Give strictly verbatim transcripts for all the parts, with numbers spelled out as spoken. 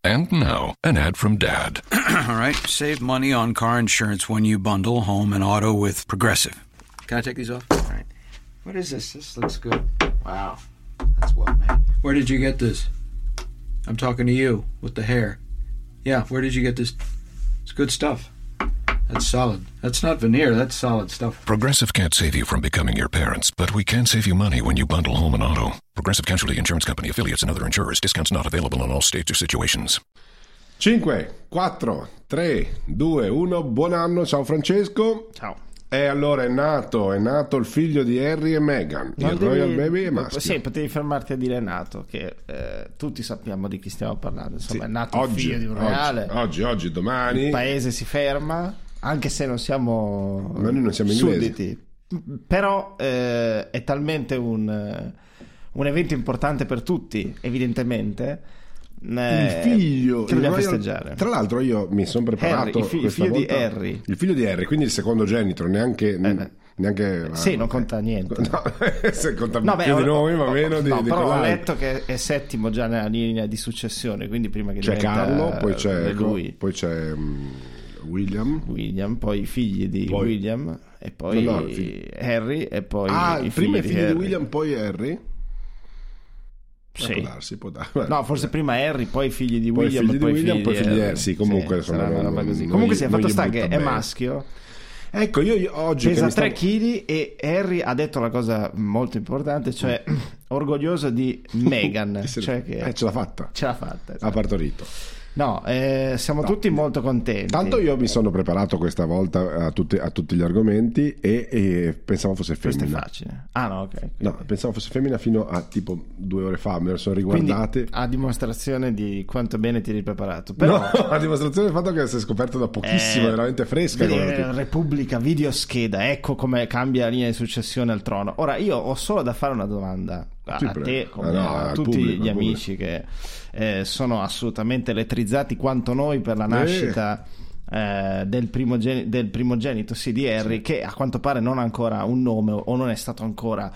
And now, an ad from Dad. All right, save money on car insurance when you bundle home and auto with Progressive. Can I take these off? All right. What is this? This looks good. Wow, that's well made. Where did you get this? I'm talking to you with the hair. Yeah, where did you get this? It's good stuff. That's solid. That's not veneer, that's solid stuff. Progressive can't save you from becoming your parents, but we can save you money when you bundle home and auto. Progressive Casualty Insurance Company, affiliates, and other insurers. Discounts not available in all states or situations. cinque, quattro, tre, due, uno. Buon anno, ciao Francesco. Ciao. E allora è nato, è nato il figlio di Harry e Meghan, il devi, Royal Baby è maschio. Sì, potevi fermarti a dire è nato, che eh, tutti sappiamo di chi stiamo parlando. Insomma, Sì, è nato oggi, il figlio di un reale. Oggi, oggi, oggi, domani. Il paese si ferma, anche se non siamo, Ma noi non siamo inglesi. sudditi. Però eh, è talmente un, un evento importante per tutti, evidentemente. Il figlio che dobbiamo Royal... festeggiare. Tra l'altro io mi sono preparato Harry, il, fi- il questa figlio volta... di Harry, il figlio di Harry, quindi il secondogenito, neanche eh, neanche sì, ah, non ok. conta niente. No, se conta No, più beh, di noi, ma ho, meno di, no, di però ho quell'altro. letto che è settimo già nella linea di successione, quindi prima che C'è diventa Carlo, poi c'è lui, poi c'è um, William. William, poi i figli di Poi- William e poi No, no, i figli. Harry e poi Ah, i prima i figli figli di Harry. William, poi Harry. Sì. Può darsi, può darsi. No, forse prima Harry, poi i figli di Poi William, figli e di poi William, figli poi di figli di Harry. Harry, sì, comunque, insomma, sarà una non- roba così. non Comunque gli- sì, il non fatto gli sta butta che è bene. maschio, Ecco, io, io oggi che pesa mi stavo- tre chili e Harry ha detto una cosa molto importante, cioè orgoglioso di Meghan, Che se- cioè che eh, ce l'ha fatta, ce l'ha fatta. ha esatto. partorito. No, eh, siamo tutti molto contenti. Tanto io mi sono preparato questa volta a tutti, a tutti gli argomenti e, e pensavo fosse Questo è femmina. facile. Ah no, ok. No, pensavo fosse femmina fino a tipo due ore fa, me lo sono Quindi riguardate. a dimostrazione di quanto bene ti eri preparato. Però No, a dimostrazione del fatto che si è scoperto da pochissimo, Eh, è veramente fresca. vedi, come eh, tutto. Repubblica, videoscheda, ecco come cambia la linea di successione al trono. Ora io ho solo da fare una domanda a, Sì, a prego. te, come Ah, no, a al tutti pubblico, gli al amici che eh, sono assolutamente elettrizzati quanto noi per la nascita eh, del, primogeni- del primogenito sì, di Harry, Sì. che a quanto pare non ha ancora un nome o non è stato ancora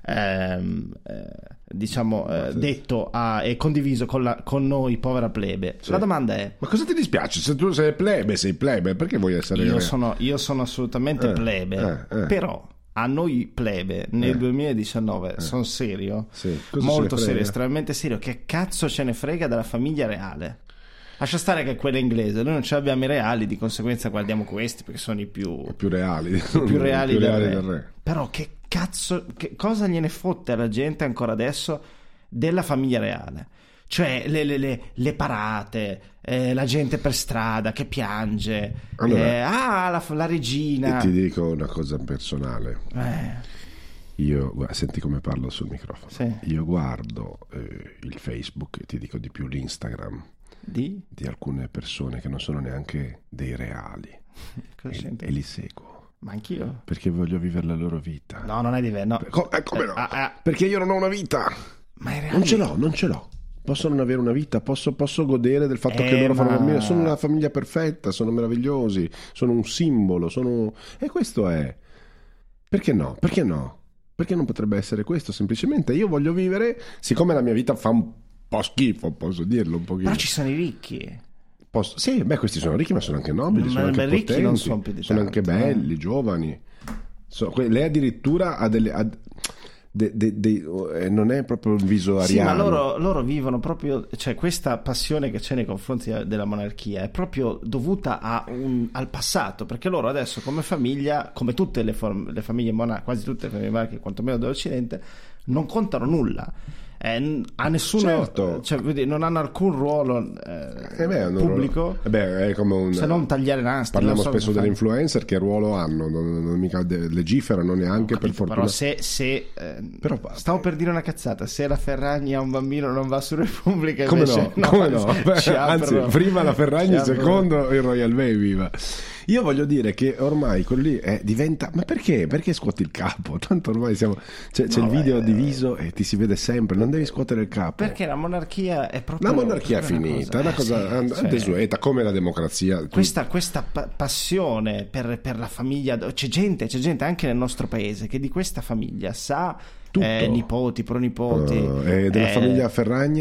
ehm, eh, diciamo eh, Sì. detto a, e condiviso con, la- con noi povera plebe. Sì. La domanda è: Ma cosa ti dispiace? Se tu sei plebe, sei plebe, perché vuoi essere... io sono, io sono assolutamente Eh, plebe, eh, eh. però a noi plebe nel Eh. duemiladiciannove sono serio, Sì, cosa molto se ne serio, frega? estremamente serio. Che cazzo ce ne frega della famiglia reale? Lascia stare che è quella inglese, noi non ce l'abbiamo i reali, di conseguenza guardiamo questi perché sono i più, più reali, i più reali, più del, reali re. del re. Però che cazzo, che cosa gliene fotte alla gente ancora adesso della famiglia reale? Cioè le, le, le, le parate, eh, la gente per strada che piange, Allora, eh, ah la, la regina. E ti dico una cosa personale. Eh, Io, guarda, senti come parlo sul microfono. Sì. Io guardo eh, il Facebook e ti dico di più l'Instagram di? di alcune persone che non sono neanche dei reali Cosa e, c'entra? e li seguo Ma anch'io? perché voglio vivere la loro vita. No, non è diverso. No. Co- eh, come no? Ah, ah. Perché io non ho una vita. Ma è reale. Non ce l'ho, non ce l'ho. Posso non avere una vita, posso, posso godere del fatto Eh, che loro fanno ma- bambini. Sono una famiglia perfetta, sono meravigliosi, sono un simbolo, sono... E questo è... Perché no? Perché no? Perché non potrebbe essere questo? Semplicemente io voglio vivere, siccome la mia vita fa un po' schifo, posso dirlo un pochino. Però ci sono i ricchi. Posso- Sì, beh, questi sono ricchi, ma sono anche nobili, Ma- sono anche ma ricchi potenti, non sono più di sono tanto, anche belli, giovani. So- que- lei addirittura ha delle... ha- de- de- de- eh, non è proprio il viso Sì, ma ariano. loro, loro vivono proprio, cioè questa passione che c'è nei confronti della monarchia è proprio dovuta a un- al passato, perché loro adesso come famiglia, come tutte le, form- le famiglie monarchiche, quasi tutte le famiglie monarchiche, quantomeno dell'Occidente, non contano nulla. Eh, n- a nessuno, Certo. cioè, vedi, non hanno alcun ruolo eh, Eh beh, hanno un pubblico, ruolo- eh beh, è come un... se non tagliare nastri. Parliamo non so spesso cosa degli fanno. influencer, che ruolo hanno? Non, non mica de- legiferano neanche, per Capito, fortuna. però se, se eh, Però, stavo per dire una cazzata, se la Ferragni ha un bambino non va su Repubblica, Come invece, no? Come no? ci Anzi, aprono- prima la ci Ferragni, aprono- secondo il Royal Baby. Va. Io voglio dire che ormai quello lì è, diventa... Ma perché? Perché scuoti il capo? Tanto ormai siamo... C'è, c'è No, il video beh, diviso e ti si vede sempre, non devi scuotere il capo. Perché la monarchia è proprio La monarchia è proprio una finita, è una eh, cosa sì, and- cioè, desueta, come la democrazia. questa, questa pa- passione per, per la famiglia, c'è gente, c'è gente anche nel nostro paese che di questa famiglia sa Tutto. eh, nipoti, pronipoti, Uh, e della eh, famiglia Ferragnez?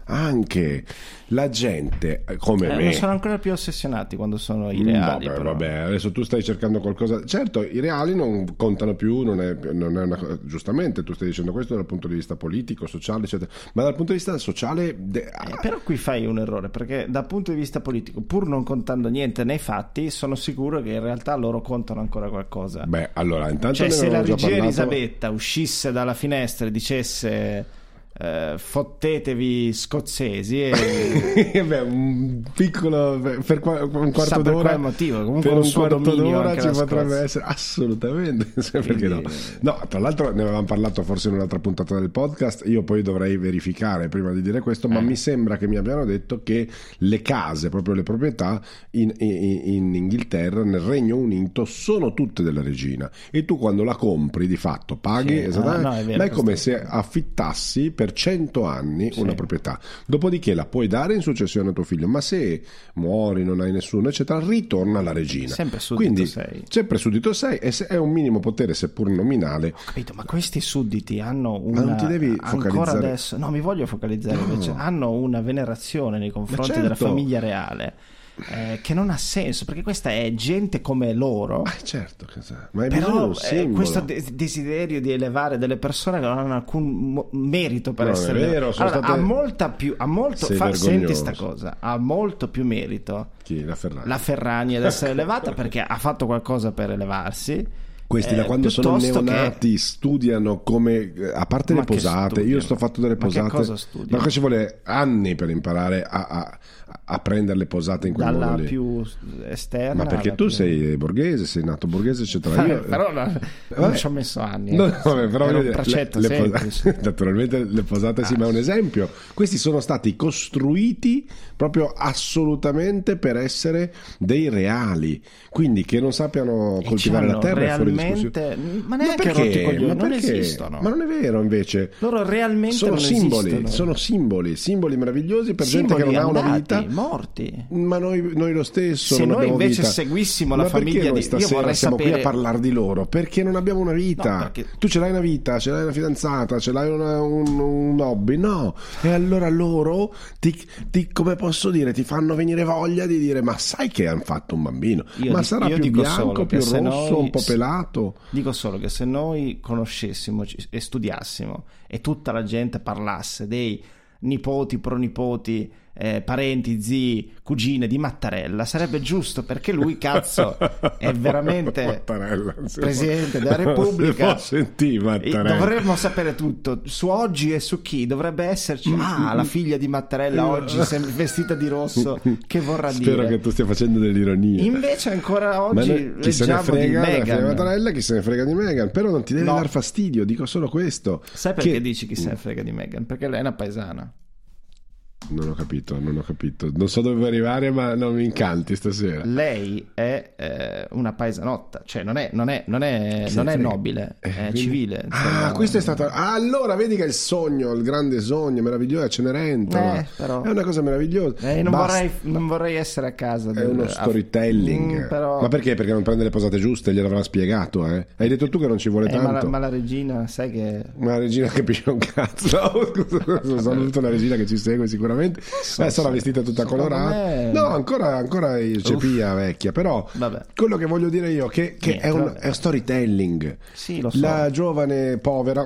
anche la gente come eh, me sono ancora più ossessionati quando sono i reali. vabbè, però. vabbè, adesso tu stai cercando qualcosa, certo i reali non contano più, non è, non è una cosa, giustamente tu stai dicendo questo dal punto di vista politico, sociale eccetera, ma dal punto di vista sociale de... eh, però qui fai un errore, perché dal punto di vista politico, pur non contando niente nei fatti, sono sicuro che in realtà loro contano ancora qualcosa. beh allora intanto Cioè, ne se la avevamo già regia parlato. Elisabetta uscisse dalla finestra e dicesse eh, fottetevi scozzesi e... Beh, un piccolo per qua- un quarto Sa per d'ora quale motivo, comunque per un un suo quarto dominio d'ora anche ci la potrebbe Scozia. essere assolutamente perché no? No, tra l'altro ne avevamo parlato forse in un'altra puntata del podcast, io poi dovrei verificare prima di dire questo, ma Eh. mi sembra che mi abbiano detto che le case, proprio le proprietà in, in, in Inghilterra, nel Regno Unito, sono tutte della regina e tu quando la compri di fatto paghi Sì. esattamente, Ah, no, è vero, ma è come questo se affittassi per cento anni Sì. una proprietà, dopodiché la puoi dare in successione a tuo figlio, ma se muori, non hai nessuno eccetera, ritorna alla regina. Sempre suddito Quindi sei. sempre suddito sei e se è un minimo potere seppur nominale. Ho capito, ma questi sudditi hanno Ma una non ti devi ancora focalizzare. adesso, no, mi voglio focalizzare No. invece, hanno una venerazione nei confronti certo. della famiglia reale eh, che non ha senso, perché questa è gente come loro. Ah, certo, che sa- ma è bisogno di Però un eh, simbolo. questo de- desiderio di elevare delle persone che non hanno alcun mo- merito per Non è essere vero, sono allora, state- ha molta più ha molto Sei fa, senti vergognoso. sta cosa, ha molto più merito Chi? La Ferrari. la Ferragni ad essere elevata perché ha fatto qualcosa per elevarsi. Questi eh, da quando sono piuttosto che- neonati studiano come, a parte Ma le che posate, studiano? io sto fatto delle Ma che posate, cosa studiano? ma qua ci vuole anni per imparare a, a, a prendere le posate in quel dalla modo lì. più esterna Ma perché alla tu più- sei borghese, sei nato borghese eccetera. Io, però no, non Vabbè. ci ho messo anni No, eh. no, vabbè, però Era voglio un dire, precetto le- le semplice. posate- naturalmente le posate sì, ma è un esempio. Questi sono stati costruiti proprio assolutamente per essere dei reali, quindi che non sappiano E coltivare la c'hanno terra è fuori discussione. realmente ma Ma neanche perché? rotti i coglioni, Ma non perché? esistono. Ma non è vero invece. Loro realmente Sono non simboli, esistono. sono simboli, simboli meravigliosi per gente Simboli che non ha una andati, vita. morti. Ma noi, noi lo stesso Se non noi abbiamo invece vita. seguissimo la Ma perché famiglia noi di- io stasera vorrei siamo sapere- qui a parlare di loro? Perché non abbiamo una vita. No, perché- Tu ce l'hai una vita, ce l'hai una fidanzata, ce l'hai una- un, un hobby, no. E allora loro ti, ti- come posso dire, ti fanno venire voglia di dire: ma sai che hanno fatto un bambino? Io ma di- sarà io più dico bianco, solo più che se rosso, noi- un po' pelato? Dico solo che se noi conoscessimo ci- e studiassimo e tutta la gente parlasse dei nipoti, pronipoti, eh, parenti, zii, cugine di Mattarella, sarebbe giusto, perché lui cazzo è veramente Mattarella, non si presidente può- della non Repubblica. si può sentire Mattarella. Dovremmo sapere tutto su oggi e su chi dovrebbe esserci. Ah, la figlia di Mattarella oggi sem- vestita di rosso, che vorrà Spero dire? che tu stia facendo delle ironie. Invece ancora Ma oggi noi- chi se ne leggiamo di frega della figlia di Meghan. Mattarella, chi se ne frega di Meghan, però non ti deve No. dar fastidio, dico solo questo. Sai perché Che- dici chi se ne frega di Meghan? Perché lei è una paesana. Non ho capito, non ho capito. Non so dove arrivare, ma non mi incanti stasera. Lei è eh, una paesanotta, cioè non è, non è, non è, Chi non se è ne frega? nobile, Eh, è quindi- civile. Ah, insomma. questo è stato. Ah, allora vedi che è il sogno, il grande sogno meraviglioso, è Cenerentola. Eh, però- È una cosa meravigliosa. Eh, non, Basta. vorrei, non vorrei essere a casa. È del- uno a- storytelling. Mm, però- Ma perché? Perché non prende le posate giuste? Gliel'avrà spiegato, eh? Hai detto tu che non ci vuole Eh, ma, la, tanto. ma la regina, sai che... Ma la regina capisce un cazzo. No, scusa, scusa, saluto la regina che ci segue sicuramente. Beh, sarà vestita tutta secondo colorata. me- No, ancora, ancora cepia vecchia. Però Vabbè. quello che voglio dire io che, che Niente, è, un, vabbè. è storytelling. Sì, lo so. La giovane povera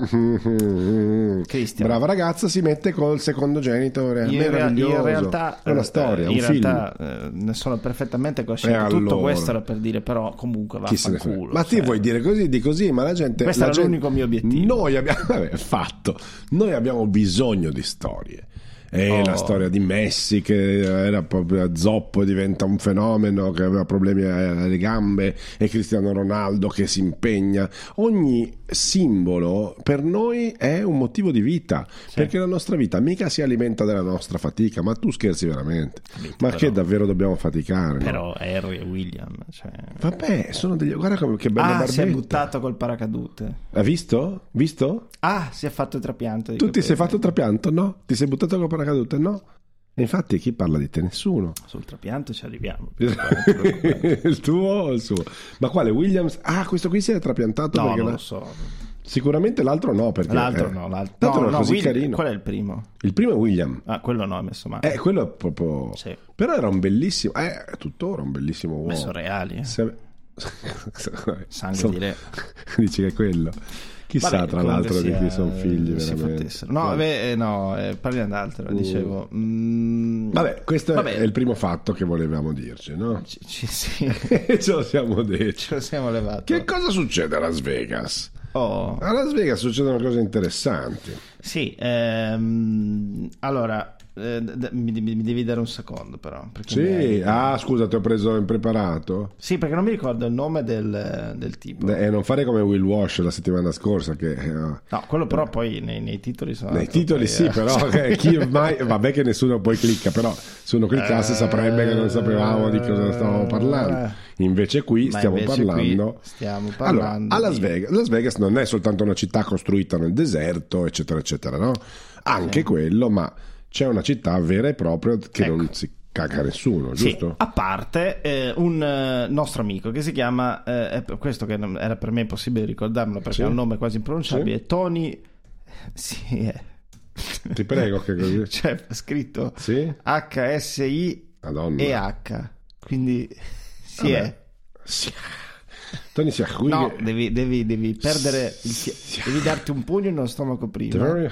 Cristian. brava ragazza si mette col secondogenito. È Io in, rea- meraviglioso. io in realtà è una eh, storia, in un film. realtà eh, ne sono perfettamente cosciente. E Tutto allora? questo era per dire, però comunque va Chi a se ne frega? fanculo. Ma ti cioè. vuoi dire così, di così, ma la gente. Questo la era gente- l'unico mio obiettivo. Noi abbiamo. Vabbè, fatto. Noi abbiamo bisogno di storie. E Oh. la storia di Messi che era proprio a zoppo, diventa un fenomeno, che aveva problemi alle gambe, e Cristiano Ronaldo che si impegna. Ogni simbolo per noi è un motivo di vita, perché la nostra vita mica si alimenta della nostra fatica. Ma tu scherzi veramente? Capito, Ma però- che davvero dobbiamo faticare? no? Però Harry e William, cioè... Vabbè, sono degli. Guarda come che bella Ah, barbetta. si è buttato col paracadute. Ha visto? Visto? Ah, si è fatto il trapianto di Tu ti sei capelli. fatto il trapianto? No? Ti sei buttato con paracadute? No? E infatti chi parla di te? Nessuno. Sul trapianto ci arriviamo. Non ti preoccupare. Il tuo o il suo? Ma quale? Williams? Ah, questo qui si è trapiantato No, perché non la- lo so. Sicuramente l'altro no, perché L'altro eh, no, l'altro, l'altro no, era no, così Will- carino. Qual è il primo? Il primo è William. Ah, quello no, ho messo male. Eh, quello è proprio... Sì. Però era un bellissimo... Eh, tuttora un bellissimo uomo. Messo reali, eh. Se- Sangue So- di re. Dici che è quello. Chissà, Vabbè, tra comunque l'altro, di sia, chi sono figli, si veramente. fottessero. No, Vabbè. beh, eh, no, eh, parliamo d'altro, dicevo. Mm, Vabbè, questo vabbè. è il primo fatto che volevamo dirci, no? Ci, ci- sì, Ce lo siamo detti. ce lo siamo levato. Che cosa succede a Las Vegas? Oh, A Las Vegas succedono cose interessanti. sì, ehm, allora, eh, d- d- mi, mi- mi devi dare un secondo però. Perché mi Sì, hai- ah, scusa, ti ho preso impreparato. Sì, perché non mi ricordo il nome del, del tipo. E eh, non fare come Will Wash la settimana scorsa, che eh, No, quello però poi nei, nei titoli sono... nei titoli poi, sì, eh, però eh, chi mai, vabbè che nessuno poi clicca, però se uno cliccasse saprebbe che non sapevamo di cosa stavamo parlando. Invece qui Ma stiamo invece parlando. qui stiamo Allora, parlando a Las di- Vegas, Las Vegas non è soltanto una città costruita nel deserto, eccetera, eccetera, no? Anche quello, ma c'è una città vera e propria che Ecco. non si caga nessuno, Sì, giusto? a parte eh, un eh, nostro amico che si chiama, eh, è per questo che non- era per me impossibile ricordarmelo perché Sì. ha un nome quasi impronunciabile, Sì. Tony... Sì, è... Ti prego che così. C'è scritto Sì? H S I Madonna. e H, quindi sì Vabbè. è. Sì. Tony si accuglia. No, devi, devi, devi perdere il fie- devi darti un pugno nello stomaco prima.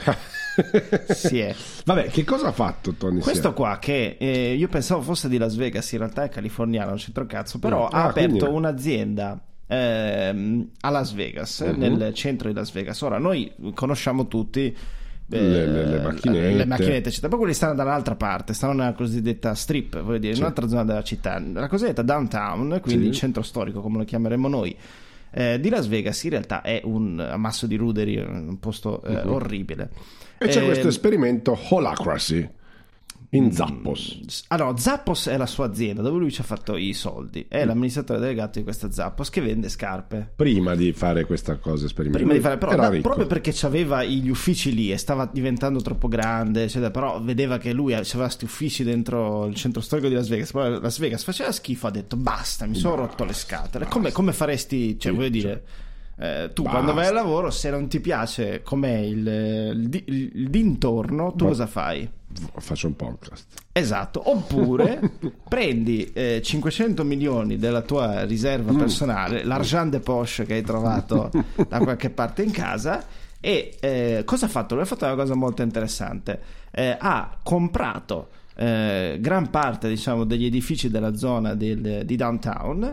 Sì è. Vabbè, che cosa ha fatto Tony Questo Sia? qua che eh, io pensavo fosse di Las Vegas, in realtà è californiano, non c'entra un cazzo, però Ah, ha aperto quindi- un'azienda ehm, a Las Vegas, Mhm. nel centro di Las Vegas. Ora noi conosciamo tutti eh, Le- le- le macchinette. le macchinette, eccetera. Poi quelli stanno dall'altra parte, stanno nella cosiddetta strip, voglio dire, in Sì. un'altra zona della città, la cosiddetta downtown, quindi Sì. il centro storico come lo chiameremo noi. Eh, di Las Vegas in realtà è un ammasso di ruderi, un posto eh, Mhm. orribile. E c'è Eh, questo esperimento Holacracy in Zappos. Ah no, Zappos è la sua azienda dove lui ci ha fatto i soldi. È l'amministratore delegato di questa Zappos che vende scarpe. Prima di fare questa cosa sperimentale. Prima di fare, però, era da- ricco. proprio perché aveva gli uffici lì e stava diventando troppo grande, eccetera, però vedeva che lui aveva questi uffici dentro il centro storico di Las Vegas. Poi Las Vegas faceva schifo, ha detto basta, mi sono rotto le scatole. Come, come faresti, cioè, Sì, voglio dire. eh, tu Basta. quando vai al lavoro, se non ti piace com'è il, il, di- il dintorno, tu Ma- cosa fai? Faccio un podcast. Esatto, oppure prendi eh, cinquecento milioni della tua riserva personale, l'argent de poche che hai trovato da qualche parte in casa e eh, cosa ha fatto? Lui ha fatto una cosa molto interessante, eh, ha comprato eh, gran parte diciamo degli edifici della zona del- di downtown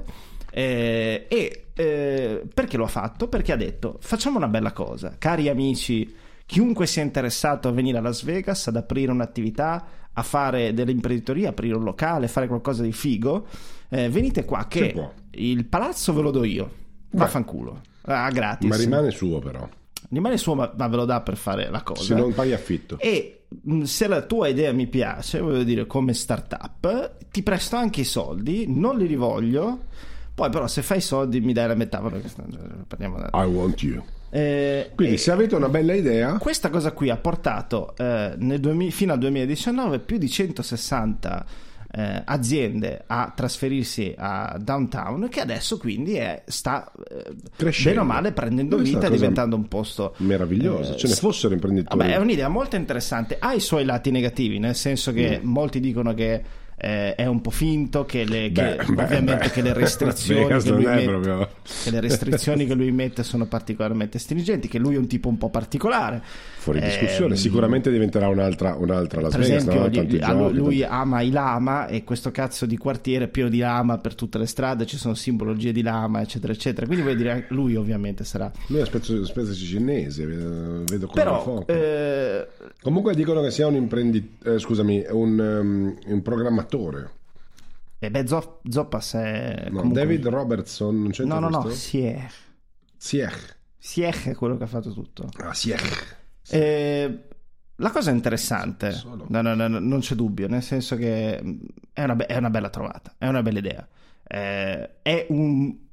eh, e eh, perché lo ha fatto? Perché ha detto facciamo una bella cosa, cari amici, chiunque sia interessato a venire a Las Vegas ad aprire un'attività, a fare dell'imprenditoria, aprire un locale, fare qualcosa di figo, eh, venite qua Si che può. il palazzo ve lo do io, vaffanculo, a gratis. Ma rimane suo però. Rimane suo, ma, ma ve lo dà per fare la cosa. Se non paghi affitto. E mh, se la tua idea mi piace, voglio dire, come startup, ti presto anche i soldi, non li rivoglio. Poi, però, se fai i soldi, mi dai la metà. Vabbè, parliamo da... I want you. Eh, Quindi e se avete una bella idea, questa cosa qui ha portato eh, nel duemila fino al duemiladiciannove più di centosessanta eh, aziende a trasferirsi a downtown, che adesso quindi è, sta eh, Crescendo. bene o male prendendo Questa è vita e una cosa diventando un posto meravigliosa. eh, Ce ne s- fossero imprenditori. Vabbè, è un'idea molto interessante, ha i suoi lati negativi, nel senso che Mm. molti dicono che eh, è un po' finto, che, le, Beh, che beh, ovviamente beh. che le restrizioni Vegas che non lui è mette, proprio- che le restrizioni che lui mette sono particolarmente stringenti, che lui è un tipo un po' particolare. Fuori discussione. Ehm, Sicuramente diventerà un'altra, un'altra Las per Vegas. esempio, no? gli- Tanti a lui, giochi, lui tanti- ama i lama e questo cazzo di quartiere è pieno di lama per tutte le strade, ci sono simbologie di lama, eccetera, eccetera. Quindi vuol dire lui ovviamente sarà. Lui è una specie, specie cinese, vedo, vedo con il Però fuoco. eh, Comunque dicono che sia un imprenditore, scusami, un, um, un programmatore. e beh, Zop- Zoppas è No, comunque- David Robertson, non c'entra No, no, no, questo? Siech. Siech. Siech è quello che ha fatto tutto. Ah, Siech. Eh, la cosa interessante, Solo. no, no, no, no, non c'è dubbio, nel senso che mh, è una, be- è una bella trovata, è una bella idea. Eh, è un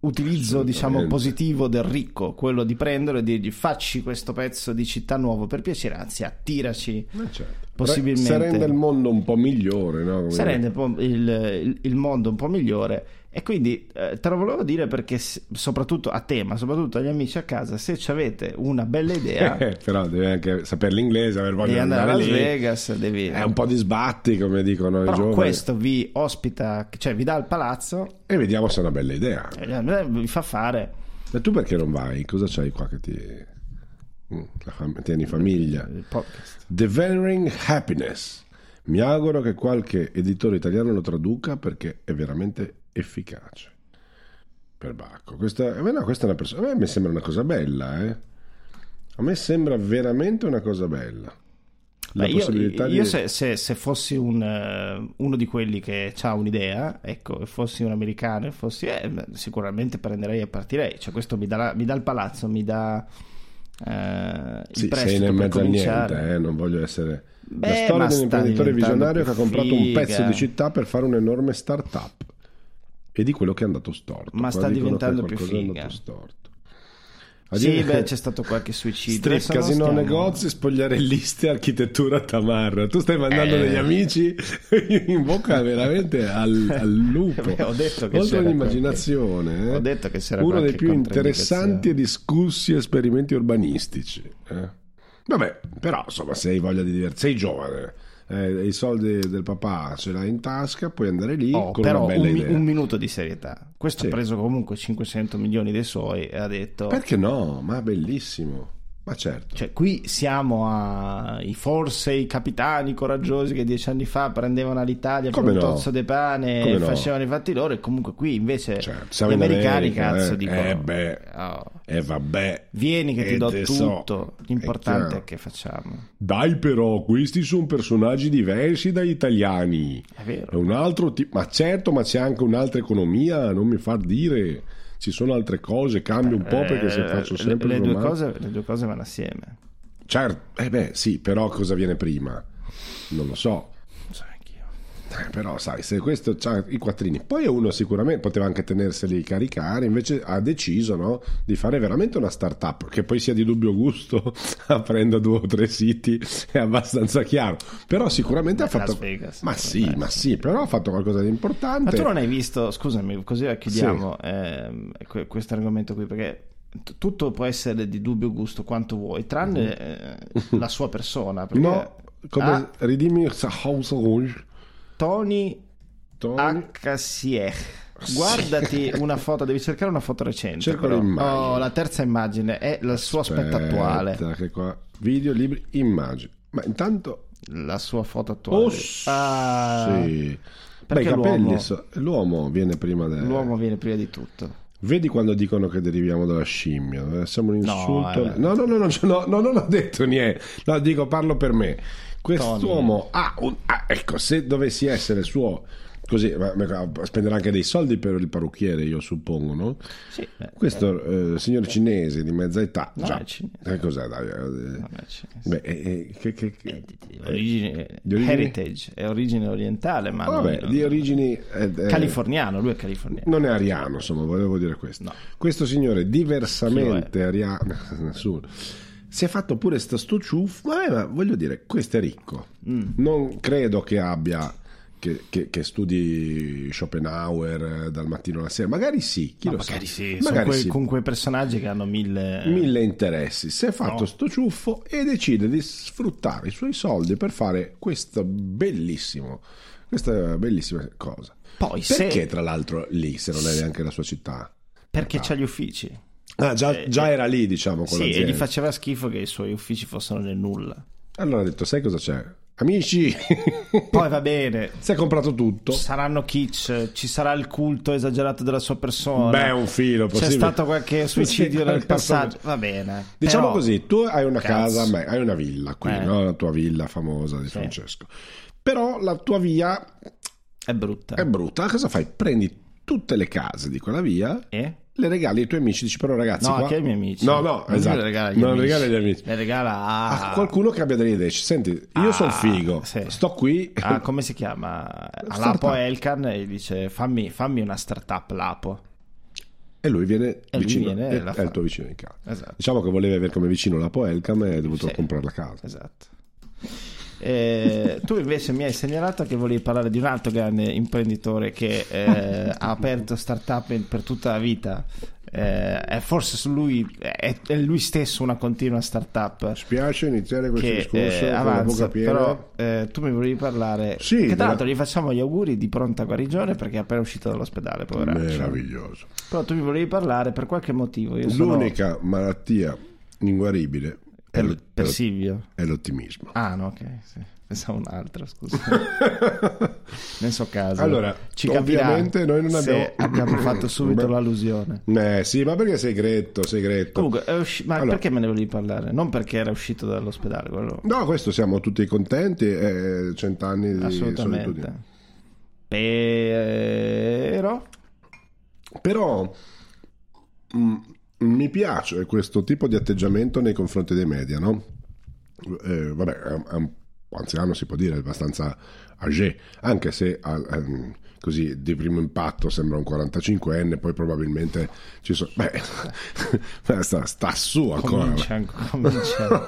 utilizzo diciamo positivo del ricco, quello di prenderlo e dirgli facci questo pezzo di città nuovo per piacere, anzi attiraci, eh certo. possibilmente se rende il mondo un po' migliore, no? se rende un po' il, il, il mondo un po' migliore. E quindi eh, te lo volevo dire perché soprattutto a te, ma soprattutto agli amici a casa, se ci avete una bella idea eh, però devi anche sapere l'inglese, aver voglia devi di andare a Las lì. Vegas, devi... è un po' di sbatti, come dicono però i giovani. questo vi ospita, cioè vi dà il palazzo e vediamo se è una bella idea, e vi fa fare. Ma tu perché non vai? Cosa c'hai qua che ti mm, la fam... tieni famiglia? Il podcast. Devouring Happiness, mi auguro che qualche editore italiano lo traduca perché è veramente efficace. Per Bacco, questa, eh, no, questa è una persona, a me mi sembra una cosa bella, eh? A me sembra veramente una cosa bella. La Beh, possibilità io io di... se, se, se fossi un, uh, uno di quelli che ha un'idea, ecco, e fossi un americano, e fossi eh, sicuramente prenderei e partirei. Cioè, questo mi dà, mi dà il palazzo, mi dà uh, il sì, prestito sei nel per mezzo a cominciare. niente, eh? Non voglio essere... Beh, la storia ma di un sta imprenditore diventando visionario più che ha comprato un pezzo figa. di città per fare un'enorme start-up e di quello che è andato storto. Ma Qua sta dicono diventando che più qualcosa è figa. andato storto. Sì, beh, c'è stato qualche suicidio. Strip, Adesso non casino, stiamo- negozi, spogliarelliste, architettura, tamarra. Tu stai mandando Eh. degli amici in bocca veramente al, al lupo. Beh, ho detto che Oltre c'era all'immaginazione, eh. Ho detto che c'era uno dei qualche più interessanti e discussi esperimenti urbanistici. eh. Vabbè, però insomma, se hai voglia di divertirti, sei giovane, eh, i soldi del papà ce l'hai in tasca, puoi andare lì Oh, con però una bella un, mi- idea. un minuto di serietà. Questo Sì. ha preso comunque cinquecento milioni dei suoi e ha detto Perché no? Ma bellissimo. Ma certo. cioè qui siamo ai forse i capitani coraggiosi che dieci anni fa prendevano all'Italia per Come un no? tozzo de pane Come e no? facevano i fatti loro, e comunque qui invece Certo, siamo gli in americani America, cazzo eh. dicono Eh beh. oh, E vabbè. vieni che ti E do te so. tutto, È l'importante chiaro. è che facciamo. Dai però, questi sono personaggi diversi dagli italiani. È vero. È un altro tipo. Ma certo, ma c'è anche un'altra economia, non mi far dire. Ci sono altre cose, cambio un po' perché se Eh, faccio le- sempre le, il due romanzo- cose, le due cose vanno assieme. Certo, eh beh, sì, però cosa viene prima? Non lo so. Non so anch'io. Eh, però sai, se questo c'ha i quattrini, poi uno sicuramente poteva anche tenerseli caricare, invece ha deciso, no, di fare veramente una startup che poi sia di dubbio gusto aprendo due o tre siti, è abbastanza chiaro, però sicuramente Beh, ha fatto Las Vegas, ma sì, beh, ma sì. sì, però ha fatto qualcosa di importante. Ma tu non hai visto, scusami, così chiudiamo ehm, que- questo argomento qui, perché t- tutto può essere di dubbio gusto quanto vuoi, tranne eh, la sua persona. Perché No, come ah, ridimmi House Rouge. Tony Tony, H. Siech. Guardati una foto, devi cercare una foto recente. Cerco però. l'immagine. Oh, la terza immagine è il suo aspetto attuale. Aspetta, che qua video, libri, immagini. Ma intanto La sua foto attuale. oh, Ah, sì. perché Beh, i capelli l'uomo- so- l'uomo viene prima del... L'uomo viene prima di tutto. Vedi quando dicono che deriviamo dalla scimmia, eh? Siamo un insulto. eh, No, no, no, no, no, no, non ho detto niente. No, dico, parlo per me. Quest'uomo ha un... ah, ecco, se dovessi essere il suo... Così, ma- ma- spenderà anche dei soldi per il parrucchiere, io suppongo, no? Sì, beh, Questo eh, signore cinese di mezza età, No, già. è cinese. Che cos'è, dai? eh, non è cinese. Beh, eh, eh, che, che, che- È di- di origine, Di origine? heritage, è origine orientale, ma Vabbè, non- di origini eh, eh, californiano, lui è californiano. non è ariano, insomma, volevo dire questo. No. Questo signore diversamente ariano, nessuno, si è fatto pure sto sto ciuff, ma, eh, ma voglio dire, questo è ricco. Mm. Non credo che abbia che, che- che studi Schopenhauer eh, dal mattino alla sera, magari sì, chi Ma lo magari sa. sì, sono magari quei- sì. con quei personaggi che hanno mille... Mille interessi, si è fatto No. sto ciuffo e decide di sfruttare i suoi soldi per fare questo bellissimo questa bellissima cosa. Poi Perché se... tra l'altro lì, se non è neanche la sua città? Perché c'ha gli uffici. Ah, già, Eh, già eh, era lì, diciamo, con Sì, e l'azienda. gli faceva schifo che i suoi uffici fossero nel nulla. Allora ha detto, sai cosa c'è? Amici, Poi va bene, si è comprato tutto. saranno kitsch, ci sarà il culto esagerato della sua persona. Beh, un filo C'è possibile. stato qualche suicidio Sì, nel qualche passaggio. cosa. Va bene. Diciamo però- così, tu hai una Cazzo. casa, beh, hai una villa qui, Eh. no? La tua villa famosa di Francesco. Però la tua via È brutta. è brutta. Cosa fai? Prendi tutte le case di quella via, E? le regali ai tuoi amici, dici però ragazzi No, qua... che ai miei amici. No, no, Non esatto. le regala agli non amici. regali agli amici. Le regala a... A qualcuno che abbia delle idee. Dici, senti, io Ah, sono figo, sì. sto qui... Ah, come si chiama? Startup. All'Apo Elkan e dice fammi, fammi una startup Lapo. e lui viene E lui vicino, viene e è, la è fa. il tuo vicino in casa. Esatto. Diciamo che voleva avere come vicino la Poelcam e è dovuto Sì. comprare la casa. Esatto. Eh, tu invece mi hai segnalato che volevi parlare di un altro grande imprenditore che eh, ha aperto startup in- per tutta la vita. Eh, è forse su lui è, è lui stesso una continua startup Spiace iniziare questo che discorso eh, con la avanza, bocca piena. però eh, tu mi volevi parlare, Sì, che tra della- l'altro gli facciamo gli auguri di pronta guarigione perché è appena uscito dall'ospedale, poveraccio. Meraviglioso. Però tu mi volevi parlare per qualche motivo. Io sono L'unica malattia inguaribile è, per, lo- per è lo- Silvio. è l'ottimismo. Ah no, ok, sì. Pensavo un altro, scusa. Non so caso. Allora, ci ovviamente capirà noi non se abbiamo- abbiamo fatto subito Beh. l'allusione. Eh sì, ma perché segreto, segreto? Comunque, è usci- ma Allora. perché me ne volevi parlare? Non perché era uscito dall'ospedale, quello No, questo siamo tutti contenti, eh, cent'anni di assolutamente. solitudine. Però Però mh, mi piace questo tipo di atteggiamento nei confronti dei media, no? Eh, vabbè, è, un- è un po' anziano, si può dire, è abbastanza âgé, anche se al- ehm, così di primo impatto sembra un quarantacinquenne, poi probabilmente ci sono... Beh, sta, sta su ancora. comincia, comincia.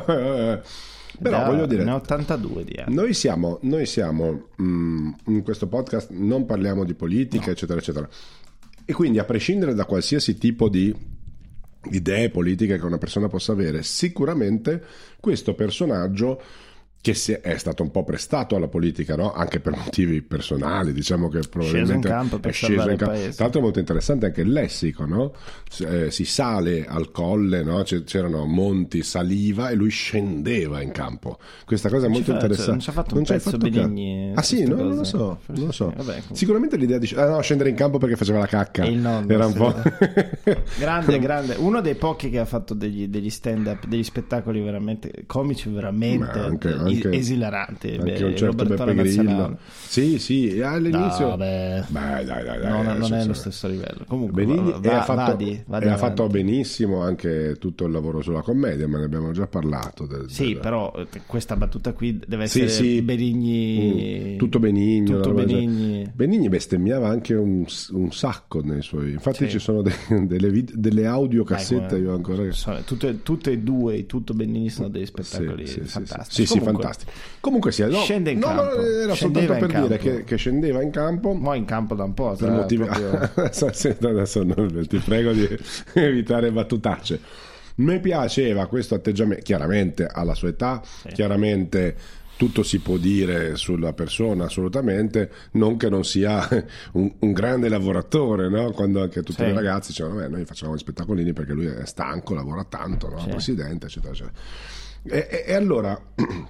Però Da- voglio dire... ne ho ottantadue di anni. Noi siamo, noi siamo mh, in questo podcast non parliamo di politica, eccetera, eccetera. E quindi, a prescindere da qualsiasi tipo di idee politiche che una persona possa avere, sicuramente questo personaggio che si è, è stato un po' prestato alla politica, no? Anche per motivi personali, diciamo che probabilmente in campo per è sceso salvare in il campo. paese. Tra l'altro è molto interessante anche il lessico, no? S- eh, si sale al colle, no? C- c'erano monti, saliva e lui scendeva in campo. Questa cosa è molto fa- cioè, interessante. non ci ha fatto un ci hai pezzo fatto Benigni ca- Ah su sì, queste no, non lo cose? so, Forse non lo so. sì, vabbè, comunque. Sicuramente l'idea di ah, no, scendere in campo perché faceva la cacca. Il nonno, era un sì. po' grande, grande, uno dei pochi che ha fatto degli, degli stand up, degli spettacoli veramente comici, veramente Ma anche- eh, anche- esilaranti. anche Beh, un certo Robertone Beppe Grillo. Nazionale. Sì, sì, all'inizio No, beh, Beh, dai, dai, dai, non, adesso, non è lo insomma. stesso livello. Comunque, Benigni va, e ha, fatto, vadi, vadi e ha avanti. fatto benissimo anche tutto il lavoro sulla commedia, ma ne abbiamo già parlato. Del, Sì, del- però eh, questa battuta qui deve Sì, essere sì. Benigni. Mm, tutto Benigni. Tutto una roba del Benigni. genere. Benigni bestemmiava anche un, un sacco nei suoi. Infatti, Sì. ci sono de- delle, vid- delle audiocassette. Dai, come- Io ancora. sono- tutte, tutte e due, i tutto Benigni sono dei spettacoli Sì, sì, sì, fantastici. sì, sì, Comunque, fantastici. Comunque sia, no, scende in no, no, campo. era Scendeva soltanto in per dire campo. che, che scendeva in campo. Mo' in campo da un po'. Per sarà motivi proprio- adesso, sì, adesso non- ti prego di evitare battutacce. Mi piaceva questo atteggiamento, chiaramente alla sua età, chiaramente tutto si può dire sulla persona, assolutamente, non che non sia un, un grande lavoratore, no? Quando anche tutti Sì. i ragazzi dicevano, beh, noi facciamo gli spettacolini perché lui è stanco, lavora tanto, no? Sì. Presidente, eccetera, eccetera. E, e- e allora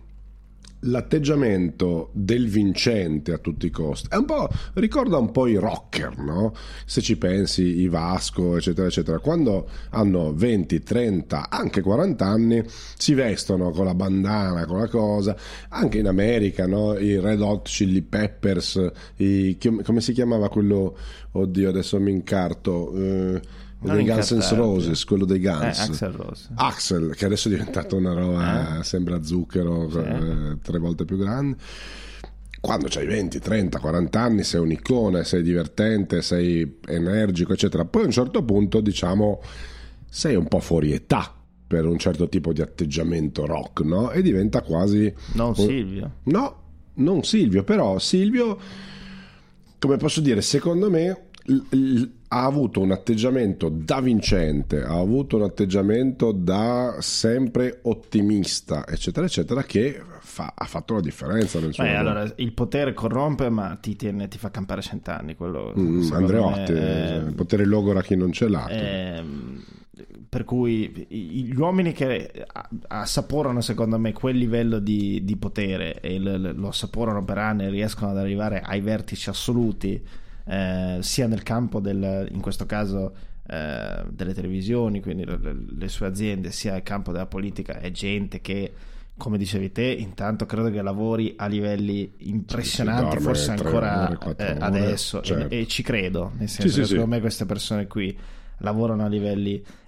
l'atteggiamento del vincente a tutti i costi è un po', ricorda un po' i rocker, no? Se ci pensi, i Vasco, eccetera, eccetera, quando hanno venti, trenta, anche quaranta anni, si vestono con la bandana, con la cosa, anche in America, no? I Red Hot Chili Peppers, i, come si chiamava quello, oddio, adesso mi incarto, eh, Non dei Guns N' incartarti. Roses, quello dei Guns. Eh, Axl Rose. Axel, che adesso è diventato una roba, sembra zucchero, Sì. eh, tre volte più grande. Quando c'hai venti, trenta, quaranta anni sei un'icona, sei divertente, sei energico, eccetera. Poi a un certo punto, diciamo, sei un po' fuori età per un certo tipo di atteggiamento rock, no? E diventa quasi... Non un- Silvio. No, non Silvio, però Silvio, come posso dire, secondo me l- l- ha avuto un atteggiamento da vincente, ha avuto un atteggiamento da sempre ottimista, eccetera, eccetera, che fa- ha fatto la differenza nel suo Beh, lavoro. allora, il potere corrompe, ma ti, tiene, ti fa campare cent'anni. Quello, Mm, secondo Andreotti, me, è- il potere logora chi non ce l'ha. Ehm, per cui i- gli uomini che a- assaporano secondo me quel livello di, di potere e l- lo assaporano per anni e riescono ad arrivare ai vertici assoluti, eh, sia nel campo del, in questo caso eh, delle televisioni, quindi le, le sue aziende, sia nel campo della politica, è gente che, come dicevi te, intanto credo che lavori a livelli impressionanti, dorme forse tre ancora ore, quattro eh, ore, adesso, certo. e, e ci credo, nel senso Sì, sì, che sì. secondo me queste persone qui lavorano a livelli